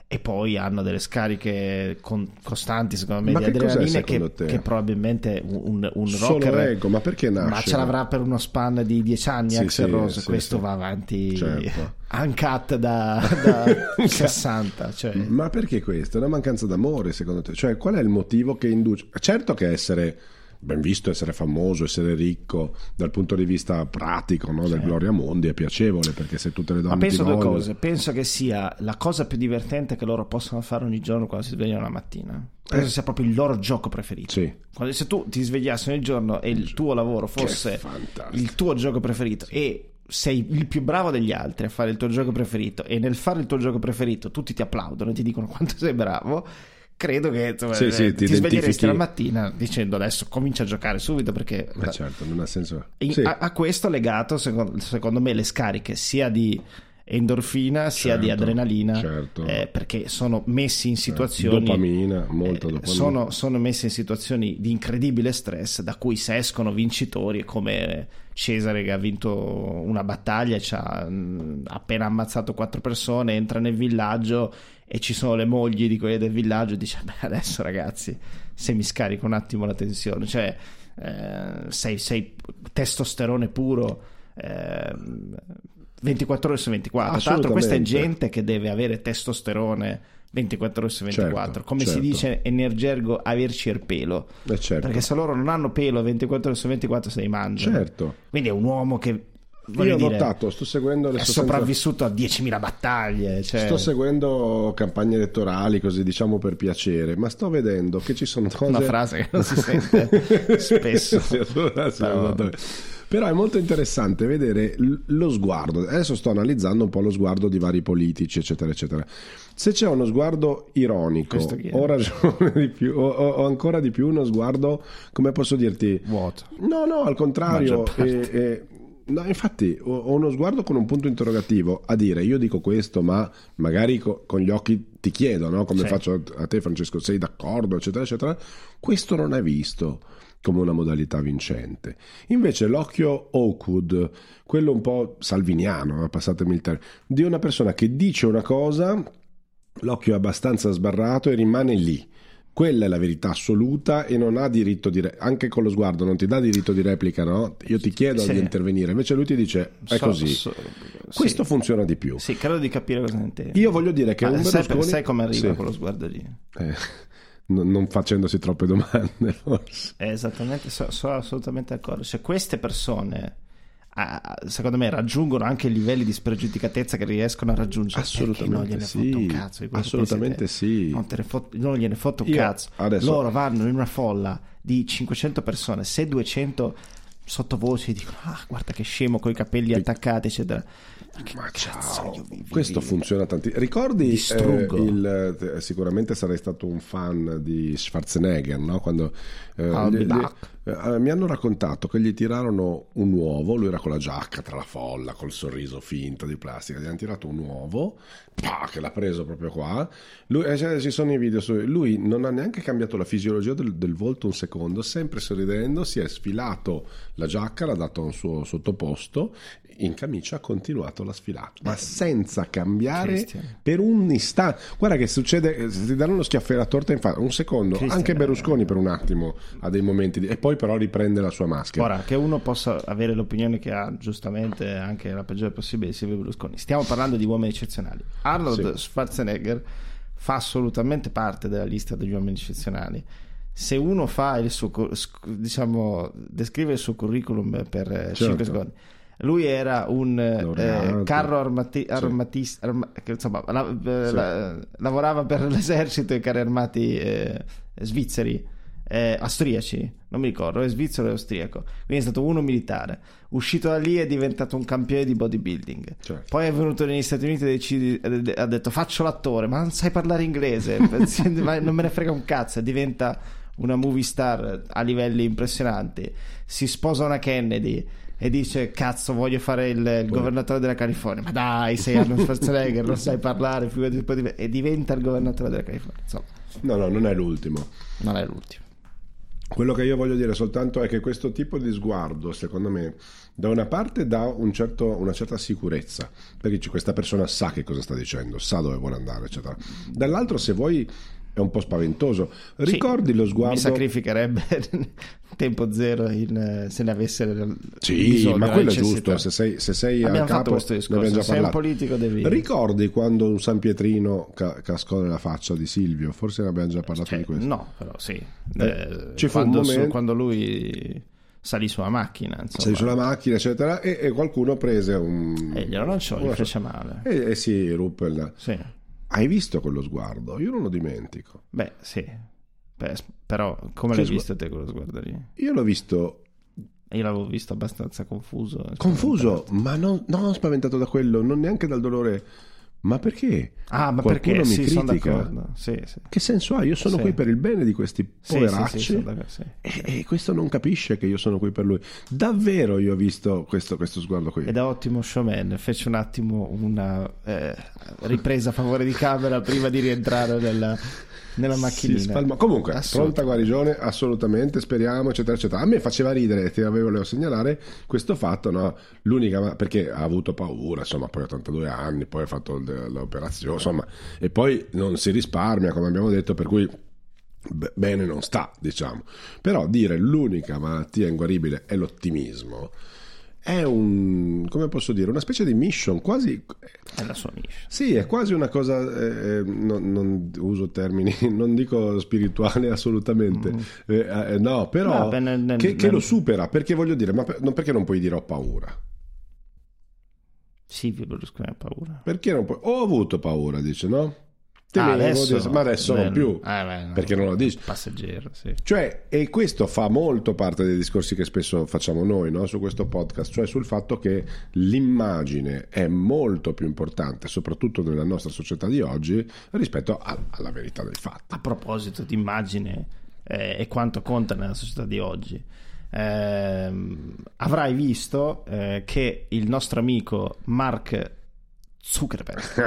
e poi hanno delle scariche con, costanti secondo me ma di che cos'è, adrenalina che, te? che probabilmente un, un Solo rocker ego, ma perché nasce? ma ce l'avrà per uno span di dieci anni. Sì, Axl sì, Rose, sì, questo sì. va avanti, certo. uncut da, da sessanta, cioè. Ma perché questo? È una mancanza d'amore secondo te? Cioè qual è il motivo che induce? Certo che essere ben visto, essere famoso, essere ricco dal punto di vista pratico, no? Del Sì. Gloria Mondi è piacevole, perché se tutte le donne Ma penso ti due vogliono... cose. Penso che sia la cosa più divertente che loro possono fare ogni giorno quando si svegliano la mattina. Penso Eh. sia proprio il loro gioco preferito. Sì. Quando, se tu ti svegliassi ogni giorno e il tuo lavoro fosse fantastico. il tuo gioco preferito e sei il più bravo degli altri a fare il tuo gioco preferito e nel fare il tuo gioco preferito tutti ti applaudono e ti dicono quanto sei bravo, credo che insomma, Sì, sì, eh, ti ti sveglieresti identifichi- la mattina dicendo adesso comincia a giocare subito, perché Eh, certo, non ha senso. in- Sì. a, a questo legato secondo, secondo me le scariche sia di endorfina sia di Certo, adrenalina, certo. eh, perché sono messi in situazioni Dopamina, molto eh, dopamina. sono, sono messi in situazioni di incredibile stress da cui se escono vincitori, come Cesare che ha vinto una battaglia e ci ha mh, appena ammazzato quattro persone, entra nel villaggio e ci sono le mogli di quelli del villaggio e dice beh adesso ragazzi se mi scarico un attimo la tensione, cioè eh, sei, sei testosterone puro eh, ventiquattro ore su ventiquattro. Tra l'altro questa è Assolutamente. gente che deve avere testosterone ventiquattro ore su ventiquattro, Certo, come si certo. dice in gergo averci il pelo, Eh, certo. perché se loro non hanno pelo ventiquattro ore su ventiquattro se li mangiano. Certo. Quindi è un uomo che voglio Io ho dire, notato, sto seguendo le è sostanze- sopravvissuto a diecimila battaglie, cioè... Sto seguendo campagne elettorali, così diciamo per piacere, ma sto vedendo che ci sono cose... una frase che non si sente spesso. Sì, assolutamente, sì, Però- assolutamente. Però è molto interessante vedere l- lo sguardo. Adesso sto analizzando un po' lo sguardo di vari politici, eccetera, eccetera. Se c'è uno sguardo ironico, Questo chi è? o ragione di più, o, o- o ancora di più uno sguardo, come posso dirti? Vuoto. No, no, al contrario. Maggior parte. eh, eh, no, infatti ho, ho uno sguardo con un punto interrogativo a dire io dico questo, ma magari co- con gli occhi ti chiedo, no? Come Sì. faccio a te, Francesco, sei d'accordo, eccetera, eccetera. Questo non è visto come una modalità vincente. Invece l'occhio Hawkwood, quello un po' salviniano, passatemi il termine, di una persona che dice una cosa, l'occhio è abbastanza sbarrato e rimane lì. Quella è la verità assoluta e non ha diritto di re- anche con lo sguardo non ti dà diritto di replica, no? Io ti chiedo Sì. di intervenire, invece lui ti dice è So- così. so- Questo sì. funziona di più. Sì, credo di capire cosa intendi. Io voglio dire che Ma un sai, Berlusconi sai come arriva Sì. quello sguardo lì? Eh, non non facendosi troppe domande, forse. Eh, esattamente, so- sono assolutamente d'accordo. Cioè, queste persone, ah, secondo me, raggiungono anche livelli di spregiudicatezza che riescono a raggiungere. Assolutamente perché non gliene sì. fotte un cazzo di quello che Assolutamente pensi te. sì. Non, te ne fot- non gliene fotte un Io cazzo. adesso- Loro vanno in una folla di cinquecento persone, se duecento sottovoci dicono ah guarda che scemo coi capelli attaccati eccetera. Che Ma cazzo ciao, io vi- vi- questo vi- funziona tanti. Ricordi eh, Distruggo. il, eh, sicuramente sarai stato un fan di Schwarzenegger, no? Quando eh, I'll be gli- back. eh, mi hanno raccontato che gli tirarono un uovo, lui era con la giacca tra la folla, col sorriso finto di plastica, gli hanno tirato un uovo, pah, che l'ha preso proprio qua. Lui, eh, cioè, ci sono i video su lui, non ha neanche cambiato la fisiologia del, del volto un secondo, sempre sorridendo, si è sfilato la giacca, l'ha dato a un suo sottoposto, in camicia ha continuato la sfilata, ma senza cambiare Cristian. per un istante. Guarda che succede, eh, ti danno uno schiaffo alla torta in faccia, un secondo, Cristian, anche eh. Berlusconi per un attimo ha dei momenti di... e poi però riprende la sua maschera. Ora, che uno possa avere l'opinione che ha, giustamente, anche la peggiore possibile, Silvio Berlusconi. Stiamo parlando di uomini eccezionali. Arnold Sì. Schwarzenegger fa assolutamente parte della lista degli uomini eccezionali. Se uno fa il suo, cu- sc- diciamo, descrive il suo curriculum per eh, Certo. cinque secondi. Lui era un eh, Laureato. carro armati- Sì. armatista, arma- che, insomma, la- eh, Sì. la- lavorava per l'esercito e i carri armati eh, svizzeri, eh, austriaci, non mi ricordo, è svizzero e austriaco. Quindi è stato uno militare. Uscito da lì è diventato un campione di bodybuilding. Certo. Poi è venuto negli Stati Uniti e decidi- ha detto faccio l'attore, ma non sai parlare inglese, ma non me ne frega un cazzo, e diventa una movie star a livelli impressionanti. Si sposa una Kennedy e dice cazzo voglio fare il, il governatore della California, ma dai sei Arnold Schwarzenegger non sai parlare, figurati, poi div- e diventa il governatore della California. Insomma, No, no, non è l'ultimo. non è l'ultimo. Quello che io voglio dire soltanto è che questo tipo di sguardo, secondo me, da una parte dà un certo, una certa sicurezza, perché questa persona sa che cosa sta dicendo, sa dove vuole andare, eccetera. Dall'altro, se vuoi, è un po' spaventoso. Ricordi sì, lo sguardo? Mi sacrificherebbe tempo zero in, se ne avesse sì, bisogno, ma quello è necessità. giusto. Se sei, se sei abbiamo a fatto capo, questo discorso. ne abbiamo già Sei un parlato. politico, devi... Ricordi quando un San Pietrino ca- cascò nella faccia di Silvio? Forse ne abbiamo già parlato cioè, di questo. No, però sì. Eh, eh, ci fu un quando, momento... su, quando lui salì sulla macchina, insomma. Salì sulla macchina, eccetera, e, e qualcuno prese un... E glielo lanciò, gli una... fece male. E, e si ruppe il... Sì. Hai visto quello sguardo? Io non lo dimentico. Beh, sì. Beh, però, come Che l'hai sgu- visto te quello sguardo lì? Io l'ho visto Io l'avevo visto abbastanza confuso. confuso, ma non, non spaventato da quello, non neanche dal dolore. Ma perché? Ah, ma Qualcuno perché? mi Sì, sono critica? d'accordo. Sì, sì. Che senso ha? Io sono Sì. qui per il bene di questi Sì, poveracci, sì, sì, sono d'accordo, sì. e, e questo non capisce che io sono qui per lui. Davvero io ho visto questo, questo sguardo qui. Ed è ottimo showman, fece un attimo una eh, ripresa a favore di camera prima di rientrare nella, nella Si macchinina. spalma- Comunque, Assolutamente. pronta guarigione, assolutamente, speriamo, eccetera, eccetera. A me faceva ridere, e ti avevo segnalare questo fatto, no? L'unica, perché ha avuto paura, insomma, poi ha ottantadue anni, poi ha fatto l- l'operazione, insomma, e poi non si risparmia, come abbiamo detto, per cui b- bene non sta, diciamo. Però dire l'unica malattia inguaribile è l'ottimismo è un, come posso dire, una specie di mission, quasi. È la sua mission. Sì, è quasi una cosa, eh, non, non uso termini, non dico spirituale assolutamente, mm. eh, eh, no, però no, beh, nel, nel, che, che nel... lo supera, perché voglio dire, ma per, non perché non puoi dire ho paura? Silvio Berlusconi ha paura. Perché non puoi? Ho avuto paura, dice, no? Ah, adesso, dire, ma adesso beh, non più, eh, beh, no, perché non lo dici. Passeggero, sì. Cioè, e questo fa molto parte dei discorsi che spesso facciamo noi, no? Su questo podcast, cioè sul fatto che l'immagine è molto più importante, soprattutto nella nostra società di oggi, rispetto a, alla verità dei fatti. A proposito di immagine eh, e quanto conta nella società di oggi, eh, avrai visto eh, che il nostro amico Mark Zuckerberg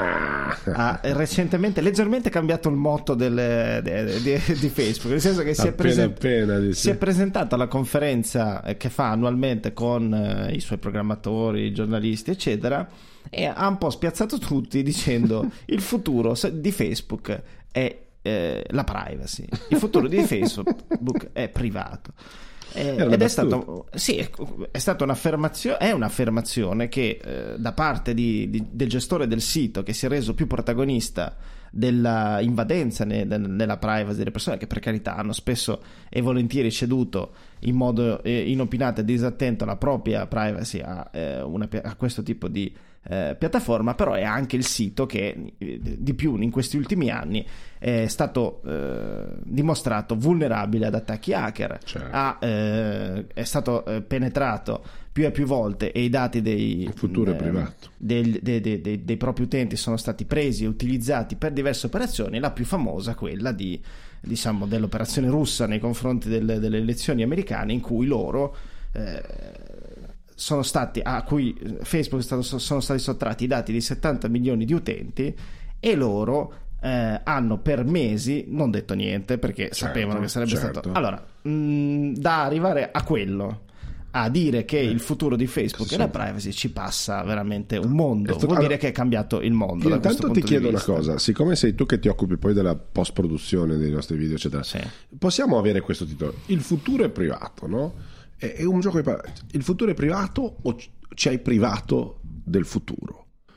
ha recentemente leggermente cambiato il motto del, de, de, di Facebook, nel senso che si, appena, è, present- appena, si è presentato alla conferenza che fa annualmente con eh, i suoi programmatori, i giornalisti eccetera, e ha un po' spiazzato tutti dicendo il futuro di Facebook è eh, la privacy, il futuro di Facebook è privato. Eh, ed è stato, sì, è, è stata un'affermazione, è un'affermazione che eh, da parte di, di, del gestore del sito, che si è reso più protagonista della invadenza ne, de, nella privacy delle persone, che per carità hanno spesso e volentieri ceduto in modo eh, inopinato e disattento la propria privacy a, eh, una, a questo tipo di eh, piattaforma, però è anche il sito che eh, di più in questi ultimi anni è stato eh, dimostrato vulnerabile ad attacchi hacker, certo. ha, eh, è stato eh, penetrato più e più volte e i dati dei, il futuro eh, è privato. Dei, dei, dei, dei, dei propri utenti sono stati presi e utilizzati per diverse operazioni, la più famosa quella di, diciamo, dell'operazione russa nei confronti delle, delle elezioni americane, in cui loro eh, sono stati a cui Facebook è stato, sono stati sottratti i dati di settanta milioni di utenti, e loro eh, hanno per mesi non detto niente, perché certo, sapevano che sarebbe certo. stato allora mh, da arrivare a quello a dire che il futuro di Facebook sì, e la sì. privacy ci passa veramente un mondo, Stato... vuol allora, dire che è cambiato il mondo. Io da intanto ti chiedo una vista. cosa, siccome sei tu che ti occupi poi della post produzione dei nostri video eccetera, sì. possiamo avere questo titolo, il futuro è privato, no? È, è un gioco di parole. Il futuro è privato o ci hai privato del futuro?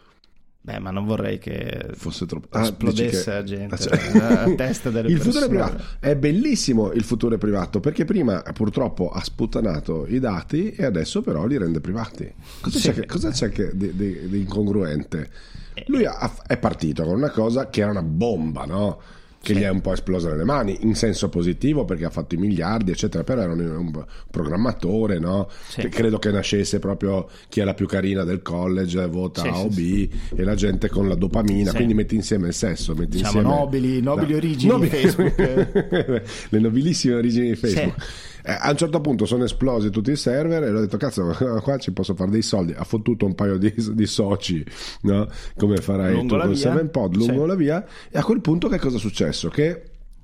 Beh, ma non vorrei che fosse troppo esplodesse ah, a gente ah, cioè... a testa delle il persone. futuro è privato, è bellissimo il futuro è privato, perché prima purtroppo ha sputtanato i dati e adesso però li rende privati. Cosa sì, c'è, che, cosa c'è che di, di, di incongruente? Lui ha, è partito con una cosa che era una bomba, no? Che sì. gli è un po' esplosa nelle mani in senso positivo, perché ha fatto i miliardi eccetera, però era un, un programmatore, no? Sì. Che credo che nascesse proprio chi è la più carina del college vota sì, A o B sì. e la gente con la dopamina, sì. quindi metti insieme il sesso, metti diciamo insieme nobili, nobili la... origini Nobili... di Facebook le nobilissime origini di Facebook sì. eh, a un certo punto sono esplosi tutti i server e ho detto cazzo, qua ci posso fare dei soldi, ha fottuto un paio di, di soci, no? Come farai lungo tu con via. seven pod lungo sì. la via, e a quel punto che cosa è successo? Che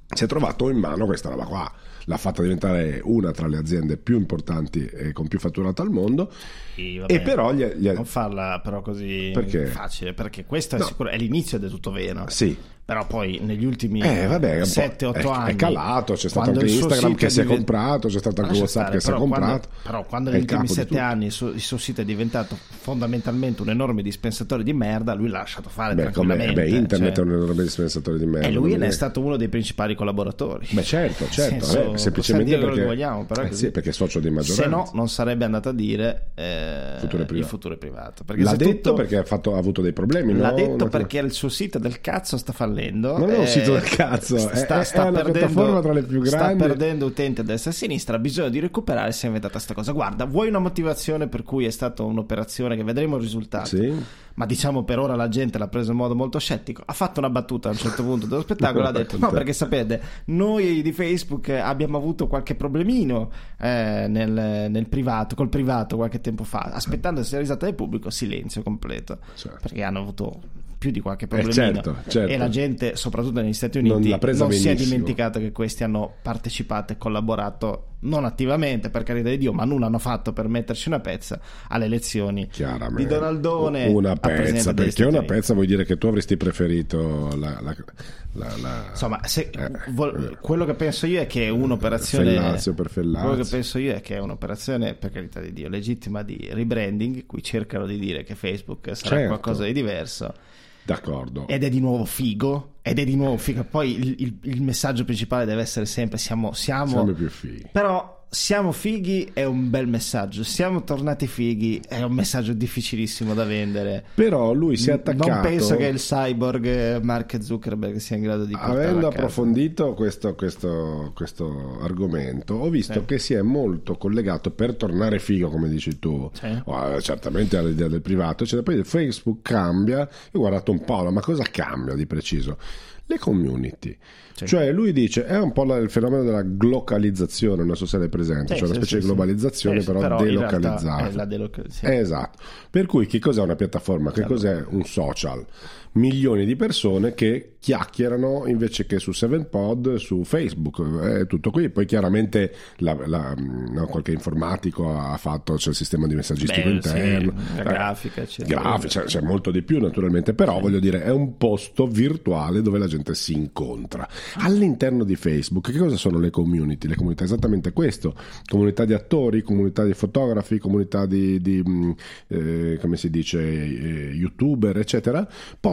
si è trovato in mano questa roba qua, l'ha fatta diventare una tra le aziende più importanti e con più fatturato al mondo. Sì, vabbè, e però gli, gli... non farla però così perché? facile, perché questo è, No. sicuro, è l'inizio di tutto vero. Sì. Però poi negli ultimi Eh, vabbè, sette otto è, anni è calato, c'è stato quando anche il suo Instagram sito che si è diven- comprato, c'è stato anche Lascia WhatsApp stare, che si è però quando- comprato. però quando È negli il capo ultimi di sette tutto. anni il suo, il suo sito è diventato fondamentalmente un enorme dispensatore di merda, lui l'ha lasciato fare Beh, come, tranquillamente. beh, internet cioè, è un enorme dispensatore di merda. e lui non ne è- è stato uno dei principali collaboratori. Beh, certo, certo, Nel senso, eh, semplicemente possiamo dire quello perché che vogliamo, però è eh, così. sì, perché è socio di maggioranza. Se no non sarebbe andato a dire eh, Futuro e privato. il futuro è privato, perché L'ha se detto tutto- perché ha, fatto, ha avuto dei problemi, l'ha no? detto Una- perché il suo sito del cazzo sta fallendo. Non è un eh, sito del cazzo, è- sta, è- sta è una perdendo, piattaforma tra le più grandi. sta perdendo utenti a destra e a sinistra, ha bisogno di recuperare, si è inventata sta cosa. Guarda, vuoi una motivazione per cui è stata un'operazione che vedremo il risultato? Sì. Ma diciamo per ora la gente l'ha preso in modo molto scettico. Ha fatto una battuta a un certo punto dello spettacolo, ha detto no, perché sapete, noi di Facebook abbiamo avuto qualche problemino eh, nel, nel privato, col privato qualche tempo fa, aspettando sia risata del pubblico, silenzio completo, Certo. perché hanno avuto più di qualche Eh, problemino certo, certo. e la gente, soprattutto negli Stati Non Uniti, l'ha presa non si è benissimo. dimenticato che questi hanno partecipato e collaborato non attivamente, per carità di Dio, ma nulla hanno fatto per metterci una pezza alle elezioni Chiaramente. di Donaldone una a presidente pezza, degli perché Stati una Uniti. pezza vuol dire che tu avresti preferito la, la, la, la- Insomma, se, eh, vol- quello che penso io è che è un'operazione Fellazio per Fellazio. quello che penso io è che è un'operazione, per carità di Dio, legittima di rebranding, cui cercano di dire che Facebook sarà Certo. qualcosa di diverso. D'accordo. Ed è di nuovo figo, ed è di nuovo figo. Poi il, il- il messaggio principale deve essere sempre siamo, siamo, Siamo più fighi. però siamo fighi è un bel messaggio, siamo tornati fighi è un messaggio difficilissimo da vendere. Però lui si è attaccato. Non penso che il cyborg eh, Mark Zuckerberg sia in grado di portarlo Avendo a casa. approfondito questo, questo, questo argomento, ho visto Sì. che si è molto collegato per tornare figo, come dici tu. Sì. Oh, certamente all'idea del privato. Cioè, poi Facebook cambia. Io ho guardato un po', ma cosa cambia di preciso? Le community. Sì. Cioè lui dice è un po' la- il fenomeno della glocalizzazione, non so se l'hai presente, Sì, cioè una sì, specie sì, di globalizzazione sì. Sì, però, in realtà delocalizzata. è la delocalizzazione. Esatto. Per cui che cos'è una piattaforma? Che Allora. cos'è un social? Milioni di persone che chiacchierano invece che su seven pod, su Facebook, è tutto qui. Poi chiaramente la, la- no, qualche informatico ha fatto, c'è il sistema di messaggistico Beh, interno, sì, la Eh, grafica, eccetera. grafica, c'è, c'è molto di più naturalmente, però voglio dire è un posto virtuale dove la gente si incontra. All'interno di Facebook che cosa sono le community? Le comunità esattamente questo: comunità di attori, comunità di fotografi, comunità di, di mh, eh, come si dice, eh, youtuber, eccetera, possono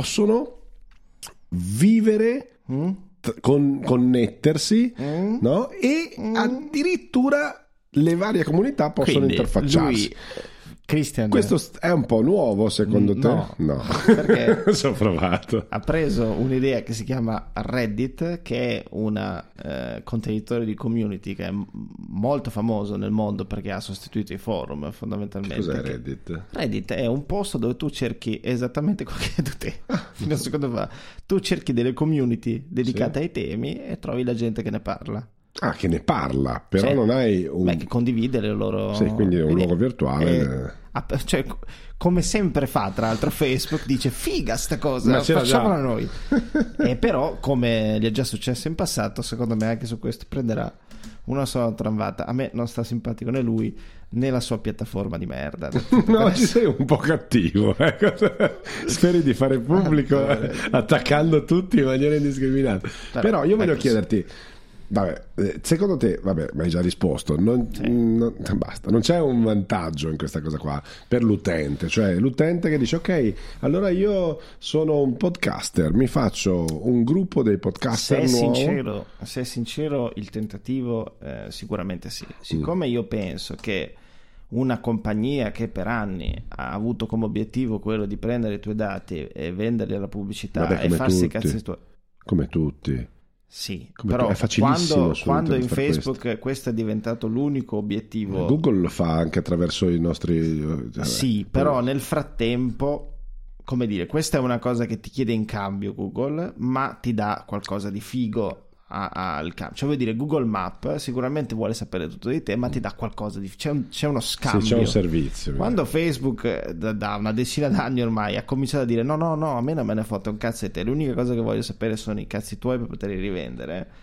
vivere, Mm? t- con- connettersi, Mm? no? E addirittura le varie comunità possono Quindi interfacciarsi. lui, Christian, Questo st- è un po' nuovo secondo te? No. Perché? Ci ho provato. ha preso un'idea che si chiama Reddit, che è un contenitore di community che è m- molto famoso nel mondo perché ha sostituito i forum fondamentalmente. Cos'è Che- Reddit? Reddit è un posto dove tu cerchi esattamente quello che tu te fino a un secondo fa. Tu cerchi delle community dedicate Sì. ai temi e trovi la gente che ne parla. Ah, che ne parla, però Sì. non hai un... Beh, che condivide le loro. Sì, quindi è un luogo virtuale. eh, app- cioè, co- come sempre fa, tra l'altro, Facebook dice figa sta cosa, Ma c'era facciamola già. noi. E però, come gli è già successo in passato, secondo me anche su questo prenderà una sola tramvata. A me non sta simpatico né lui né la sua piattaforma di merda. No, oggi sei un po' cattivo. eh. Cosa- Speri di fare pubblico eh, attaccando tutti in maniera indiscriminata. Però, Però io voglio ecco, chiederti, vabbè, eh, secondo te, vabbè, mi hai già risposto, non, non- basta, non c'è un vantaggio in questa cosa qua per l'utente, cioè l'utente che dice ok, allora io sono un podcaster, mi faccio un gruppo dei Se podcaster è, nuovo. sincero, se è sincero, il tentativo eh, sicuramente sì. Siccome io penso che una compagnia che per anni ha avuto come obiettivo quello di prendere i tuoi dati e venderli alla pubblicità Vabbè, e come farsi i tutti. cazzi tuoi. Come tutti. Sì, Come però tu- è facilissimo quando, su quando in internet fare Facebook questo. è diventato l'unico obiettivo, Google lo fa anche attraverso i nostri... eh, sì, vabbè. però nel frattempo, come dire, questa è una cosa che ti chiede in cambio Google, ma ti dà qualcosa di figo a- a- al cambio. Cioè vuol dire Google Map sicuramente vuole sapere tutto di te, ma ti dà qualcosa di... c'è, un- c'è uno scambio. Sì, c'è un servizio. Quando Facebook eh, da, da una decina d'anni ormai ha cominciato a dire no no no, a me non me ne fotte un cazzo di te, l'unica cosa che voglio sapere sono i cazzi tuoi per poterli rivendere,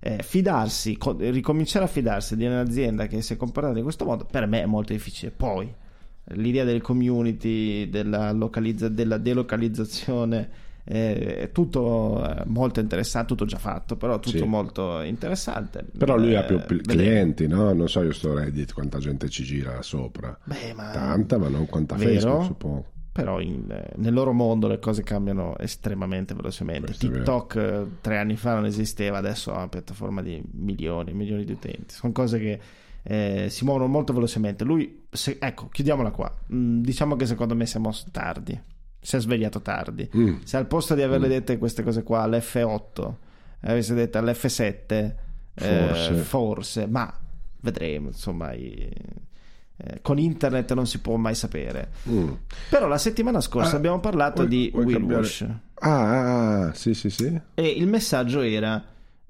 eh, fidarsi, co- ricominciare a fidarsi di un'azienda che si è comportata in questo modo per me è molto difficile. Poi l'idea del community, della, localizza- della delocalizzazione, eh, è tutto eh, molto interessante, tutto già fatto, però tutto Sì. molto interessante. Però lui Eh, ha più pi- vedremo. clienti, no? Non so io sto Reddit quanta gente ci gira là sopra. Beh, ma Tanta, ma non quanta vero? Facebook, suppongo. Però in- eh, nel loro mondo le cose cambiano estremamente velocemente. Questo è vero. TikTok eh, tre anni fa non esisteva, adesso ha una piattaforma di milioni, milioni di utenti. Sono cose che eh, si muovono molto velocemente. Lui, se- ecco, chiudiamola qua. Mm, diciamo che secondo me siamo tardi. Si è svegliato tardi. Mm. Se al posto di averle Mm. dette queste cose qua all'F otto avesse detto all'F sette, Forse. eh, forse, ma vedremo. Insomma, i- eh, con internet non si può mai sapere. Mm. Però la settimana scorsa Ah, abbiamo parlato vuoi- di vuoi Willwash cambiare? Ah, ah, ah, sì, sì, sì. e il messaggio era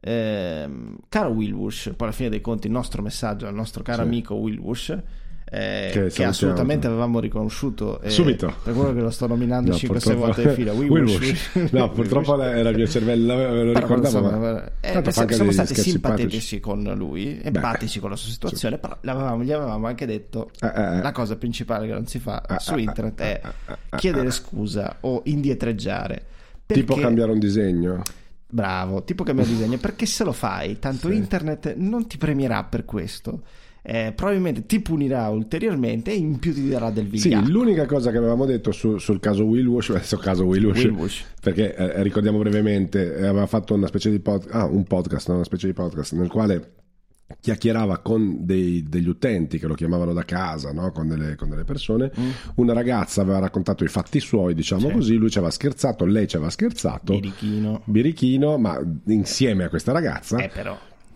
ehm, caro Willwash, poi alla fine dei conti il nostro messaggio al nostro caro Sì. amico Willwash, eh, Che che, salutiamo. assolutamente avevamo riconosciuto, eh, Subito. per quello che lo sto nominando No, cinque sei purtroppo- volte in fila. Willwash. No, purtroppo era il mio cervello, ve lo Però, ricordavo. insomma, ma... eh, tanto fa anche siamo degli stati scherzi simpatici simpatici. con lui, empatici con la sua situazione, però l'avevamo- gli avevamo anche detto Eh, eh, eh. la cosa principale che non si fa Eh, su eh, internet eh, è eh, eh, chiedere eh. scusa o indietreggiare. Tipo Perché- cambiare un disegno. Bravo, tipo cambiare disegno, perché se lo fai, tanto Sì. internet non ti premierà per questo. Eh, probabilmente ti punirà ulteriormente e in più ti darà del Sì, vigliacco. l'unica cosa che avevamo detto su- sul caso Willwash, adesso caso Willwash, Willwash. perché eh, ricordiamo brevemente, eh, aveva fatto una specie di pod- ah, un podcast, no? una specie di podcast nel quale chiacchierava con dei- degli utenti che lo chiamavano da casa, no? con, delle, con delle persone. Mm. Una ragazza aveva raccontato i fatti suoi, diciamo Sì. così, lui ci aveva scherzato, lei ci aveva scherzato, Birichino. birichino, ma insieme a questa ragazza. Eh però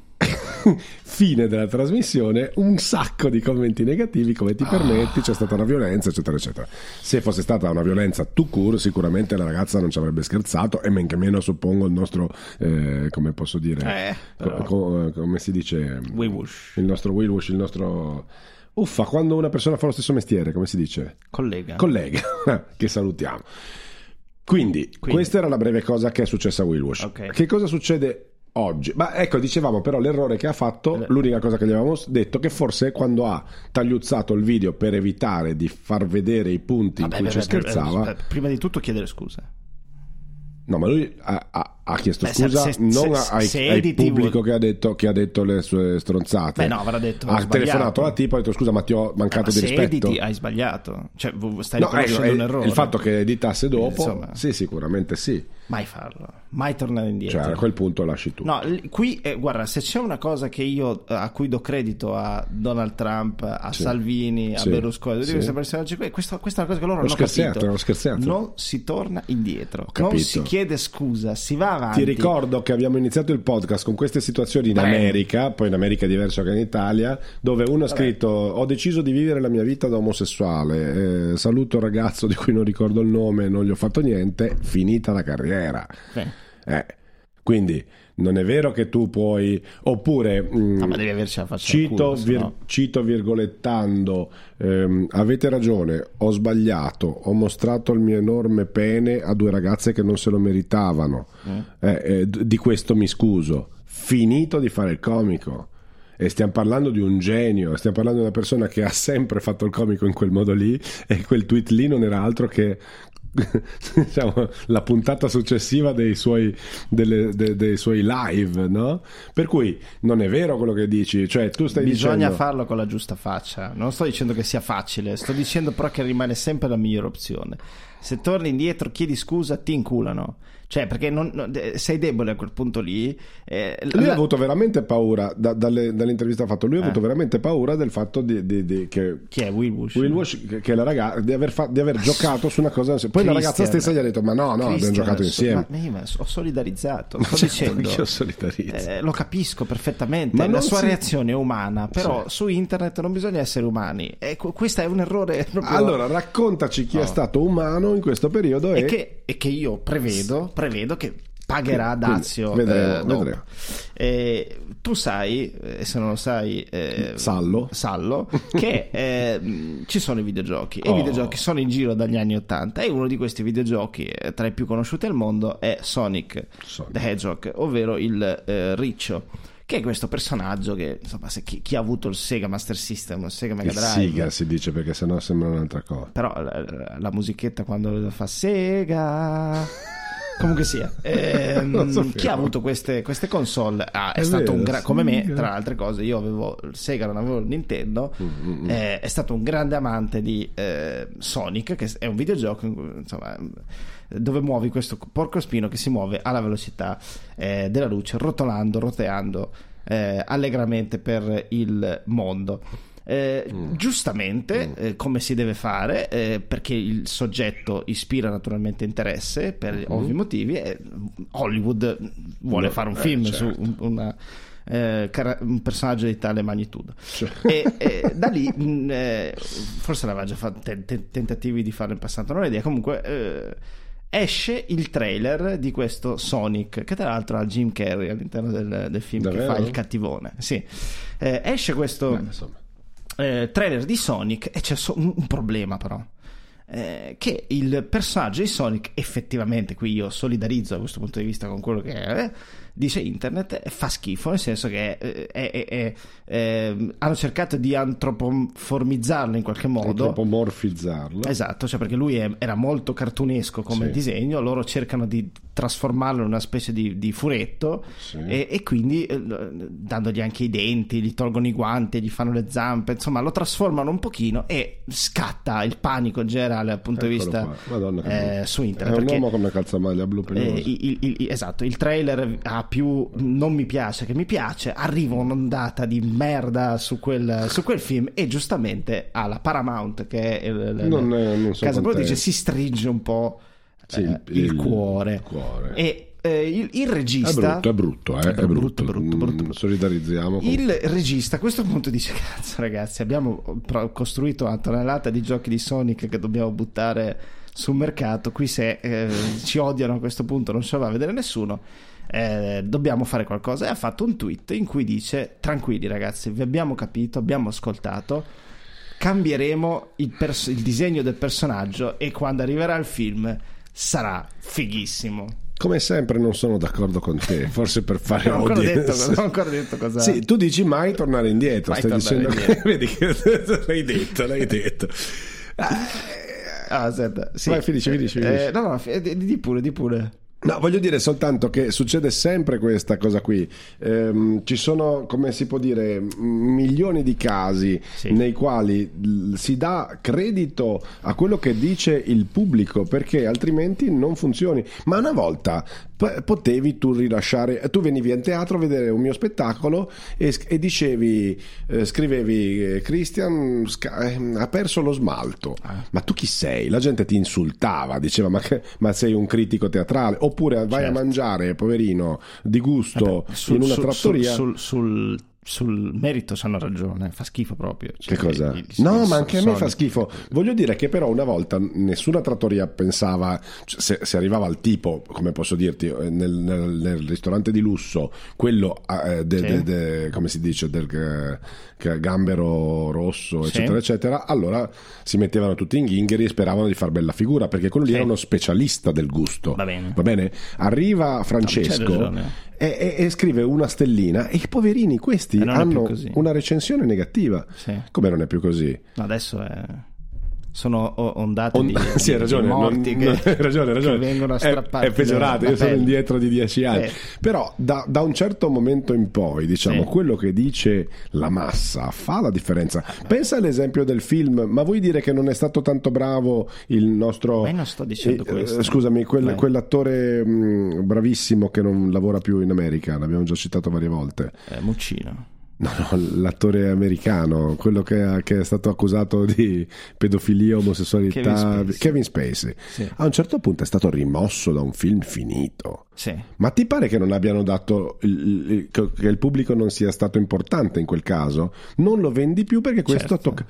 Fine della trasmissione, un sacco di commenti negativi, come ti permetti, c'è stata una violenza, eccetera eccetera. Se fosse stata una violenza tout court, sicuramente la ragazza non ci avrebbe scherzato, e men che meno suppongo il nostro eh, come posso dire Eh, però- co- co- come si dice, Willwash. il nostro Willwash, il nostro uffa, quando una persona fa lo stesso mestiere, come si dice? collega. Collega, che salutiamo. Quindi, Quindi. questa era la breve cosa che è successa a Willwash. Ok. Che cosa succede oggi? Ma ecco, dicevamo però l'errore che ha fatto, Eh. l'unica cosa che gli avevamo detto, che forse è quando ha tagliuzzato il video per evitare di far vedere i punti Vabbè, in cui beh, ci beh, scherzava. beh, prima di tutto chiedere scusa. No, ma lui ha, ha- ha chiesto Beh, se- scusa se- non se- ai, se ai editi pubblico vuol- che ha, detto, che ha detto le sue stronzate. Beh, no, avrà detto, ho ha sbagliato. telefonato alla tipa e ha detto scusa, ma ti ho mancato Ma di se rispetto. editi hai sbagliato, cioè v- stai No, riconoscendo ecco, un eh, errore. il fatto che editasse dopo, Insomma. sì, sicuramente sì. Mai farlo, mai tornare indietro. Cioè, a quel punto lasci tu. No, l- qui eh, guarda, se c'è una cosa che io eh, a cui do credito a Donald Trump, a Sì. Salvini, a Sì. Berlusconi, tutti Sì. questi personaggi qui, questa, questa è una cosa che loro L'ho hanno scherzato, capito. l'ho scherzato. Non si torna indietro, capito. non si chiede scusa, si va avanti. Ti ricordo che abbiamo iniziato il podcast con queste situazioni in Prego. America, poi in America è diverso che in Italia, dove uno ha scritto: ho deciso di vivere la mia vita da omosessuale, eh, saluto il ragazzo di cui non ricordo il nome, non gli ho fatto niente, finita la carriera. Sì. Eh, quindi non è vero che tu puoi, oppure mh, No, ma devi averci la faccia al cito, culo, vir- sennò- cito virgolettando, ehm, avete ragione, ho sbagliato, ho mostrato il mio enorme pene a due ragazze che non se lo meritavano, eh, eh, d- di questo mi scuso, finito di fare il comico. E stiamo parlando di un genio, stiamo parlando di una persona che ha sempre fatto il comico in quel modo lì, e quel tweet lì non era altro che diciamo, la puntata successiva dei suoi, delle- de- dei suoi live, no? Per cui non è vero quello che dici, cioè tu stai Bisogna dicendo farlo con la giusta faccia. Non sto dicendo che sia facile, sto dicendo però che rimane sempre la migliore opzione. Se torni indietro, chiedi scusa, ti inculano. Cioè, perché non, non- sei debole a quel punto lì. eh, lui la- ha avuto veramente paura da- dalle, dall'intervista che ha fatto, lui ha Eh. avuto veramente paura del fatto di, di- di- che Chi è Willwash? Willwash, che, che la ragazza, di aver, fa- di aver giocato su una cosa, poi la ragazza Christian. stessa gli ha detto ma no, no, abbiamo Christian, giocato so- insieme. Ma, io ma ho solidarizzato, Ma sto certo, dicendo. anch'io solidarizzo. Eh, lo capisco perfettamente, Ma la non sua si- reazione è umana, però Sì. su internet non bisogna essere umani. E que- questo è un errore proprio. Allora raccontaci chi No. è stato umano in questo periodo e, e che, e che io prevedo, prevedo che pagherà Quindi, dazio. vedremo, eh, dopo. vedremo. Eh, tu sai, e se non lo sai, eh, Sallo. Sallo che eh, ci sono i videogiochi e Oh. i videogiochi sono in giro dagli anni ottanta e uno di questi videogiochi eh, tra i più conosciuti al mondo è Sonic, Sonic. the Hedgehog, ovvero il eh, riccio, che è questo personaggio che insomma se chi, chi ha avuto il Sega Master System, il Sega Mega Il Drive, Siga si dice, perché sennò sembra un'altra cosa. però la, la musichetta quando fa Sega, comunque sia, ehm, Non so chi ha avuto queste, queste console ah, è, È stato vero, un gra- come me, Sega. tra le altre cose, io avevo il Sega, non avevo il Nintendo, Mm-hmm. eh, è stato un grande amante di eh, Sonic, che è un videogioco in cui, insomma, dove muovi questo porcospino che si muove alla velocità eh, della luce, rotolando, roteando eh, allegramente per il mondo. Eh, Mm. giustamente, eh, come si deve fare, eh, perché il soggetto ispira naturalmente interesse per ovvi motivi, e Hollywood vuole No, fare un eh, film certo. su un, una, eh, cara- un personaggio di tale magnitudo. Cioè. E, e da lì, mh, eh, forse l'aveva già fatto te- te- tentativi di farlo in passato, non ho idea. Comunque, eh, esce il trailer di questo Sonic, che tra l'altro ha Jim Carrey all'interno del, del film, Davvero? che fa il cattivone. Sì. Eh, esce questo Beh, insomma. eh, trailer di Sonic e c'è so- un, un problema però. Eh, che il personaggio di Sonic effettivamente, qui io solidarizzo da questo punto di vista con quello che è, eh, dice internet, eh, fa schifo, nel senso che eh, è, è, è, eh, hanno cercato di antropoformizzarlo in qualche modo, Antropomorfizzarlo. esatto, cioè perché lui è- era molto cartunesco come Sì. disegno, loro cercano di trasformarlo in una specie di, di furetto, Sì. e, e quindi eh, dandogli anche i denti, gli tolgono i guanti, gli fanno le zampe, insomma lo trasformano un pochino e scatta il panico generale dal punto di Eccolo vista qua. Madonna, che eh, bello. su È internet, un perché uomo con una calzamaglia blu eh, pelosa. il, il- il- esatto, il trailer ha più non mi piace che mi piace, arriva un'ondata di merda su quel, su quel film e giustamente alla Paramount, che è il, il- Non è- non sono casa contento. dice, si stringe un po' Sì, eh, il- il, il cuore, cuore. e eh, il, il È regista brutto, è brutto, eh? È è brutto, brutto. brutto, brutto, brutto. Mm, Solidarizziamo. con- il regista a questo punto dice: cazzo ragazzi, abbiamo pro- costruito una tonnellata di giochi di Sonic che dobbiamo buttare sul mercato, qui se eh, ci odiano a questo punto non ce la va a vedere nessuno, eh, dobbiamo fare qualcosa. E ha fatto un tweet in cui dice: tranquilli ragazzi, vi abbiamo capito, abbiamo ascoltato, cambieremo il, pers- il disegno del personaggio e quando arriverà il film sarà fighissimo. Come sempre non sono d'accordo con te, forse per fare Non ho ancora audience. detto, non ho ancora detto cosa. Sì, tu dici mai tornare indietro, Mai stai tornare dicendo indietro. che vedi che l'hai detto, l'hai detto. Ah, aspetta, sì. Vai, finisci, finisci, finisci. Eh, no, no, fi- di, di pure, di pure. No, voglio dire soltanto che succede sempre questa cosa qui. Ehm, ci sono, come si può dire, m- milioni di casi Sì. nei quali l- si dà credito a quello che dice il pubblico, perché altrimenti non funzioni. Ma una volta p- potevi tu rilasciare, tu venivi in teatro a vedere un mio spettacolo e, s- e dicevi, eh, scrivevi eh, Christian sca- eh, ha perso lo smalto. Ma tu chi sei? La gente ti insultava, diceva ma, che- ma sei un critico teatrale. Oppure vai Certo. a mangiare, poverino, di gusto Vabbè, sul- in una sul- trattoria. Sul, sul, sul, sul merito hanno ragione, fa schifo proprio. Che Cioè, cosa? il- il- No, il ma anche a me Sonic. fa schifo. Voglio dire che però una volta nessuna trattoria pensava, cioè, se, se arrivava al tipo, come posso dirti, eh, nel, nel- nel ristorante di lusso, quello eh, de- Sì. de- de- come si dice, del eh, che- gambero rosso, Sì. eccetera, eccetera, allora si mettevano tutti in ghingheri e speravano di far bella figura, perché quello lì Sì. era uno specialista del gusto. Va bene. Va bene? Arriva c'hai Francesco ragione. e, e- e scrive una stellina e i poverini questi E non è più hanno così. una recensione negativa. Sì. Come non è più così? No, adesso è... sono o- ondate On- di, sì, hai di ragione, morti non- che, non- hai ragione, hai ragione. che vengono a È- strapparti è, peggiorato, la- io la sono pelle. indietro di dieci anni. Sì. Però da, da un certo momento in poi, diciamo, Sì. quello che dice la massa fa la differenza. Pensa all'esempio del film, ma vuoi dire che non è stato tanto bravo il nostro... Ma io non sto dicendo eh, questo. eh, Scusami, quel- Vai. quell'attore mh, bravissimo che non lavora più in America, l'abbiamo già citato varie volte. Eh, Muccino. No, no, l'attore americano, quello che, che è stato accusato di pedofilia, omosessualità, Kevin Spacey. Kevin Spacey. Sì. A un certo punto è stato rimosso da un film finito. Sì. Ma ti pare che non abbiano dato il, il- che il pubblico non sia stato importante in quel caso? Non lo vendi più perché questo Certo. tocca.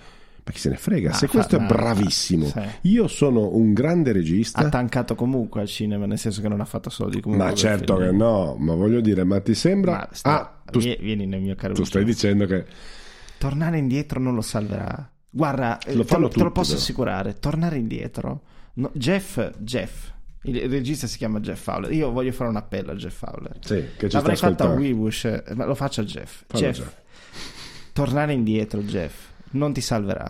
Ma chi se ne frega? Ah, se fa- questo è no, bravissimo, sì. io sono un grande regista. Ha tancato comunque al cinema, nel senso che non ha fatto soldi comunque. Ma quel certo film. che no, ma voglio dire, ma ti sembra? Ma sta- ah, tu, vie- vieni nel mio caro tu stai dicendo che tornare indietro non lo salverà. Guarda, eh, Lo te, fanno lo, te lo tutti, posso però. assicurare. Tornare indietro. No, Jeff, Jeff, il il regista si chiama Jeff Fowler. Io voglio fare un appello a Jeff Fowler. sì, che ci L'avrei sta fatto a ascoltando. Weebush, eh, ma lo faccio a Jeff. Fallo, Jeff, Jeff. tornare indietro, Jeff, non ti salverà.